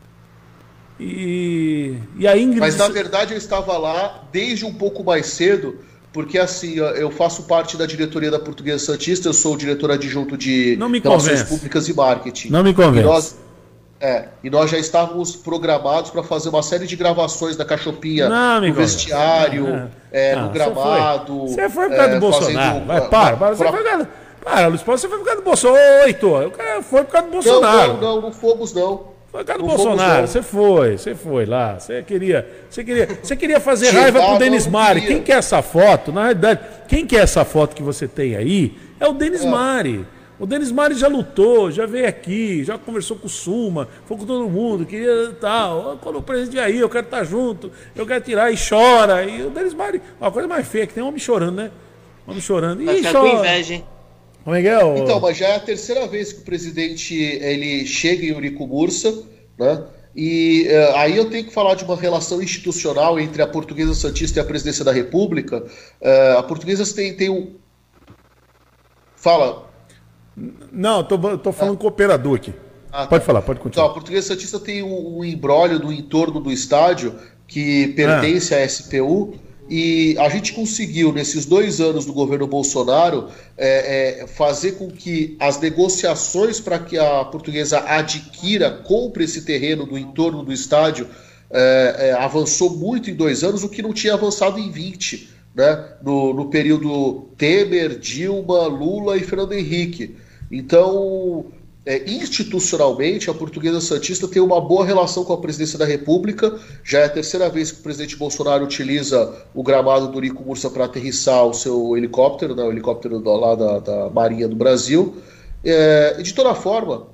E a Ingrid...
Mas na verdade eu estava lá desde um pouco mais cedo, porque assim, eu faço parte da diretoria da Portuguesa Santista, eu sou o diretor adjunto de Relações Públicas e Marketing.
Não me convence.
E nós já estávamos programados para fazer uma série de gravações da Cachopinha no vestiário, no gramado.
Você foi por causa do Bolsonaro. Para, Luiz Paulo, você foi por causa do Bolsonaro. Ô, Heitor, o cara foi por causa do Bolsonaro.
Não fomos, não.
Foi por causa do Bolsonaro. Você foi lá. Você queria fazer raiva pro Denis Mari. Quem quer essa foto? Na realidade, quem quer essa foto que você tem aí é o Denis Mari. O Denis Mari já lutou, já veio aqui, já conversou com o Suma, foi com todo mundo, queria tal. Quando o presidente aí, eu quero estar junto, eu quero tirar, e chora. E o Denis Mari, uma coisa mais feia, que tem um homem chorando, né? Homem chorando.
Vai ficar com inveja, hein?
Como é que é?
Então, mas já é a terceira vez que o presidente ele chega em Eurico Mursa, né? E aí eu tenho que falar de uma relação institucional entre a Portuguesa Santista e a Presidência da República. A Portuguesa tem um... Fala...
Não, tô falando com o operador aqui. Pode falar, pode continuar.
Então, a Portuguesa Santista tem um imbróglio no entorno do estádio que pertence à SPU, e a gente conseguiu, nesses 2 anos do governo Bolsonaro, fazer com que as negociações para que a Portuguesa compre esse terreno do entorno do estádio, avançou muito em 2 anos, o que não tinha avançado em 20, né? No período Temer, Dilma, Lula e Fernando Henrique. Então, institucionalmente, a Portuguesa Santista tem uma boa relação com a Presidência da República. Já é a terceira vez que o presidente Bolsonaro utiliza o gramado do Eurico Mursa para aterrissar o seu helicóptero, né, o helicóptero lá da Marinha do Brasil. E de toda forma,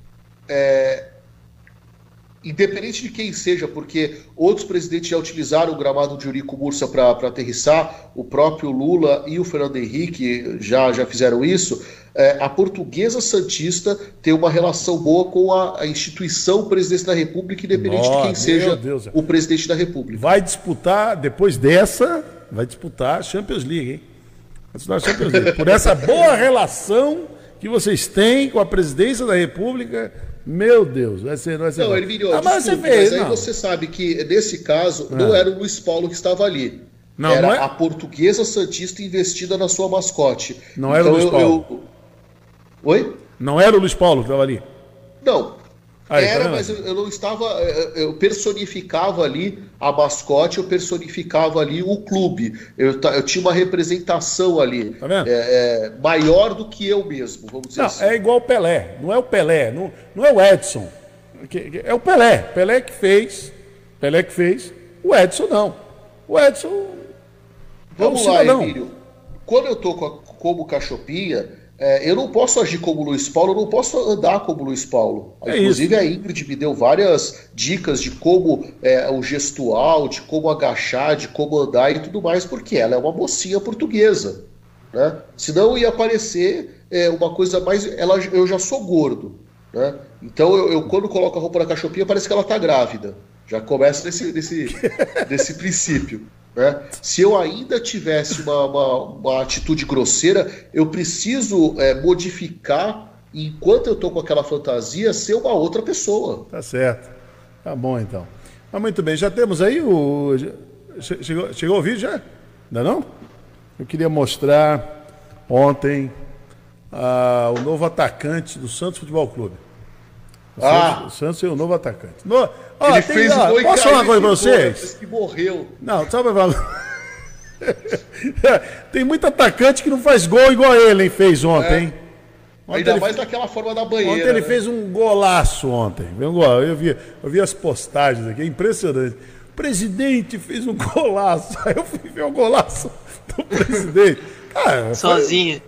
independente de quem seja, porque outros presidentes já utilizaram o gramado de Eurico Mursa para aterrissar, o próprio Lula e o Fernando Henrique já fizeram isso. A Portuguesa Santista tem uma relação boa com a instituição Presidência da República, independente de quem seja o presidente da República.
Vai disputar, depois dessa, a Champions League, hein? Vai disputar a Champions League. Por essa boa relação que vocês têm com a Presidência da República, meu Deus, vai ser.
Não, Hermínio, mas aí você sabe que, nesse caso, não era o Luiz Paulo que estava ali. Era a Portuguesa Santista investida na sua mascote.
Não era o Luiz Paulo.
Oi?
Não era o Luiz Paulo que estava ali?
Não. Mas eu não estava. Eu personificava ali a mascote, eu personificava ali o clube. Eu tinha uma representação ali.
Tá vendo?
Maior do que eu mesmo, vamos dizer assim.
É igual o Pelé. Não é o Pelé, não é o Edson. É o Pelé. Pelé que fez. O Edson não. O Edson.
Vamos lá, Emílio. Quando eu tô como Cachopinha. Eu não posso agir como Luiz Paulo, eu não posso andar como Luiz Paulo. Inclusive a Ingrid me deu várias dicas de como o gestual, de como agachar, de como andar e tudo mais, porque ela é uma mocinha portuguesa, né? Senão ia parecer uma coisa mais... eu já sou gordo, né? Então eu quando coloco a roupa na Cachopinha parece que ela tá grávida. Já começa desse princípio. Né? Se eu ainda tivesse uma atitude grosseira, eu preciso modificar, enquanto eu estou com aquela fantasia, ser uma outra pessoa.
Tá certo. Tá bom, então. Mas muito bem, já temos aí o... Chegou o vídeo já? Ainda não? Eu queria mostrar ontem o novo atacante do Santos Futebol Clube. O Santos é o novo atacante.
Ele fez o gol e
posso falar uma coisa pra vocês?
Que morreu.
Não, sabe tem muito atacante que não faz gol igual ele, hein? Fez ontem, hein?
Ainda mais daquela forma da banheira.
Ontem ele fez um golaço ontem. Eu vi as postagens aqui, é impressionante. O presidente fez um golaço. Aí eu fui ver o golaço do presidente. Cara, sozinho.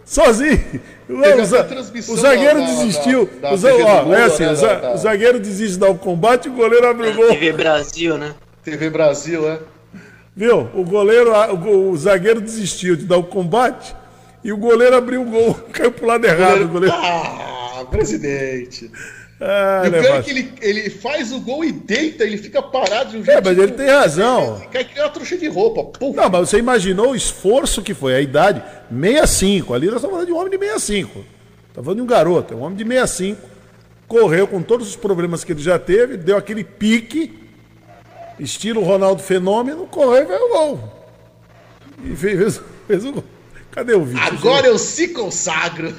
O zagueiro desistiu. O zagueiro desiste de dar o combate e o goleiro abre o gol.
TV Brasil, né?
TV Brasil,
Viu? O zagueiro desistiu de dar o combate e o goleiro abriu o gol. Caiu pro lado errado o goleiro.
Presidente. E o pior é que ele faz o gol e deita, ele fica parado de um jeito.
Mas ele tem razão.
Ele cai que nem uma trouxa de roupa. Puf.
Não, mas você imaginou o esforço que foi, a idade 65. Ali nós estamos falando de um homem de 65. Estamos falando de um garoto, um homem de 65. Correu com todos os problemas que ele já teve, deu aquele pique, estilo Ronaldo Fenômeno, correu e fez o gol. E fez o gol. Cadê o vídeo?
Agora eu se consagro.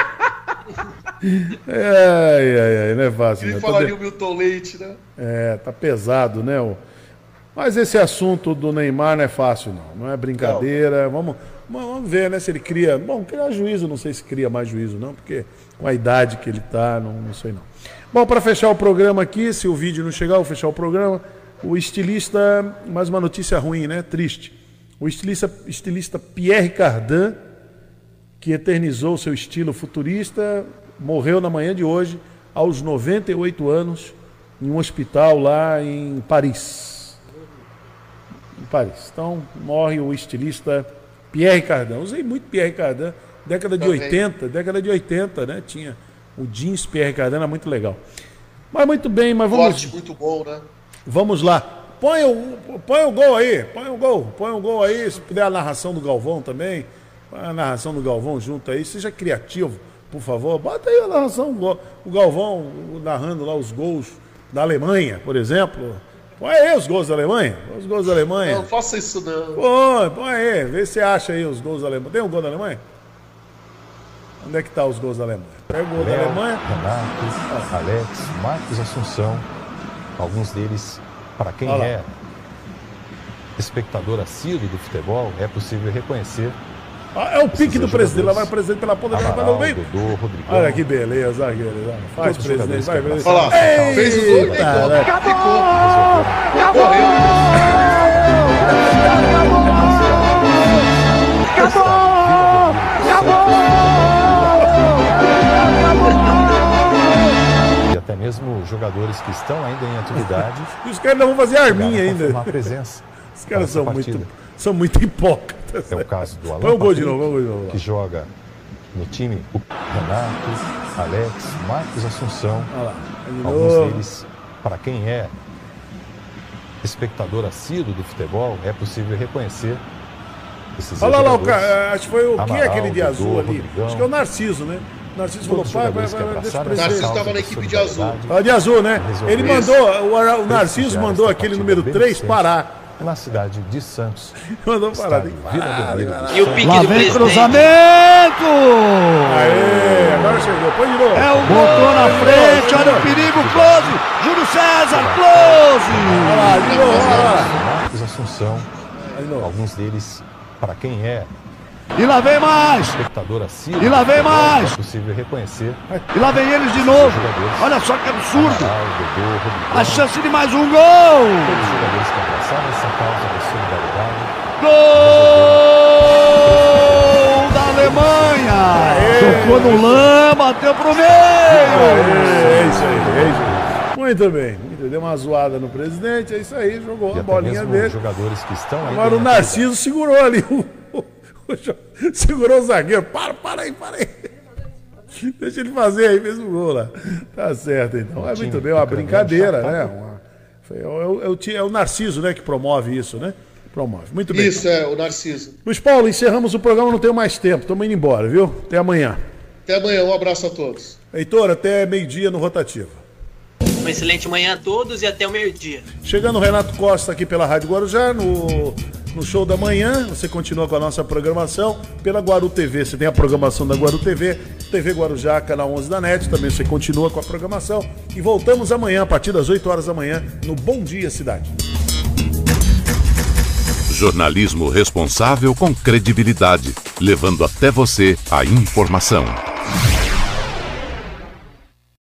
Não é fácil.
Ele falaria o Milton Leite, né?
Tá pesado, né? Mas esse assunto do Neymar não é fácil, não é brincadeira. Vamos ver, né, se ele cria... Bom, criar juízo, não sei se cria mais juízo, não, porque com a idade que ele tá, não sei não. Bom, para fechar o programa aqui, se o vídeo não chegar, eu vou fechar o programa. O estilista, mais uma notícia ruim, né? Triste. O estilista Pierre Cardin, que eternizou seu estilo futurista, morreu na manhã de hoje, aos 98 anos, em um hospital lá em Paris. Então, morre o estilista Pierre Cardin. Usei muito Pierre Cardin, década de 80, né? Tinha o jeans Pierre Cardin, era muito legal. Mas muito bem, mas vamos...
Corte muito bom, né?
Vamos lá. Põe o gol aí, põe o gol aí, se puder a narração do Galvão também. Põe a narração do Galvão junto aí, seja criativo, por favor. Bota aí a narração, o Galvão narrando lá os gols da Alemanha, por exemplo. Põe aí os gols da Alemanha. Os gols da Alemanha.
Não faça isso não.
Põe aí, vê se acha aí os gols da Alemanha. Tem um gol da Alemanha? Onde é que tá os gols da Alemanha? Pega o gol da Alemanha.
Renato, Alex, Marcos Assunção, alguns deles, para quem é espectador assíduo do futebol, é possível reconhecer.
É o pique do presidente, lá vai o presidente pela ponta da
Dodô, Rodrigão.
Olha que beleza, zagueiro. Faz presidente, vai, presidente.
Olha lá, fez o gol, ficou.
E até mesmo jogadores que estão ainda em atividade.
E os caras ainda vão fazer arminha ainda.
Uma presença.
Os caras são muito hipócritas.
É o caso do Alan
Vai o gol de
Patrick,
novo,
que joga no time o Renato, Alex, Marcos Assunção. Alguns deles, para quem é espectador assíduo do futebol, é possível reconhecer esses
olha lá,
jogadores.
acho que foi o
Amaral,
que é aquele de azul
Dodô,
ali?
Rodrigão.
Acho que é o Narciso, né? O Narciso falou, pai, deixa o presidente.
Narciso estava na equipe de azul.
De azul, né? Ele mandou, o Narciso mandou aquele número 3 parar.
na cidade de Santos.
Mandou parar,
Vila Belmiro.
E o pique
Lá
do
vem
presidente.
cruzamento!
Aê, agora chegou, põe de novo.
É o botou na frente, olha o perigo, close! Júlio César, close!
Olha lá, de novo, olha lá.
Marcos Assunção, alguns deles, para quem é
E lá vem mais!
espectador assíduo,
E lá vem mais!
é possível reconhecer
E lá vem eles de novo! Olha só que absurdo! A chance de mais um gol!
Todos os jogadores que abraçaram essa causa da solidariedade.
Gol da Alemanha! Tocou no lã, bateu pro meio!
É isso aí. Muito bem. Deu uma zoada no presidente, é isso aí, jogou
E
a
até
bolinha
mesmo
dele.
jogadores que estão aí.
Agora o Narciso segurou ali. Segurou o zagueiro. Para aí. Deixa ele fazer aí, fez um gol lá. Tá certo, então. É muito bem, uma brincadeira, né? É o Narciso, né, que promove isso, né? Promove. Muito bem.
Isso, é o Narciso.
Luiz Paulo, encerramos o programa, não tenho mais tempo. Estamos indo embora, viu? Até amanhã.
Até amanhã, um abraço a todos.
Heitor, até meio-dia no Rotativo.
Uma excelente manhã a todos e até o meio-dia.
Chegando o Renato Costa aqui pela Rádio Guarujá, no show da manhã. Você continua com a nossa programação pela Guaru TV. Você tem a programação da Guaru TV, TV Guarujá, canal 11 da NET. Também você continua com a programação. E voltamos amanhã, a partir das 8 horas da manhã, no Bom Dia Cidade.
Jornalismo responsável com credibilidade, levando até você a informação.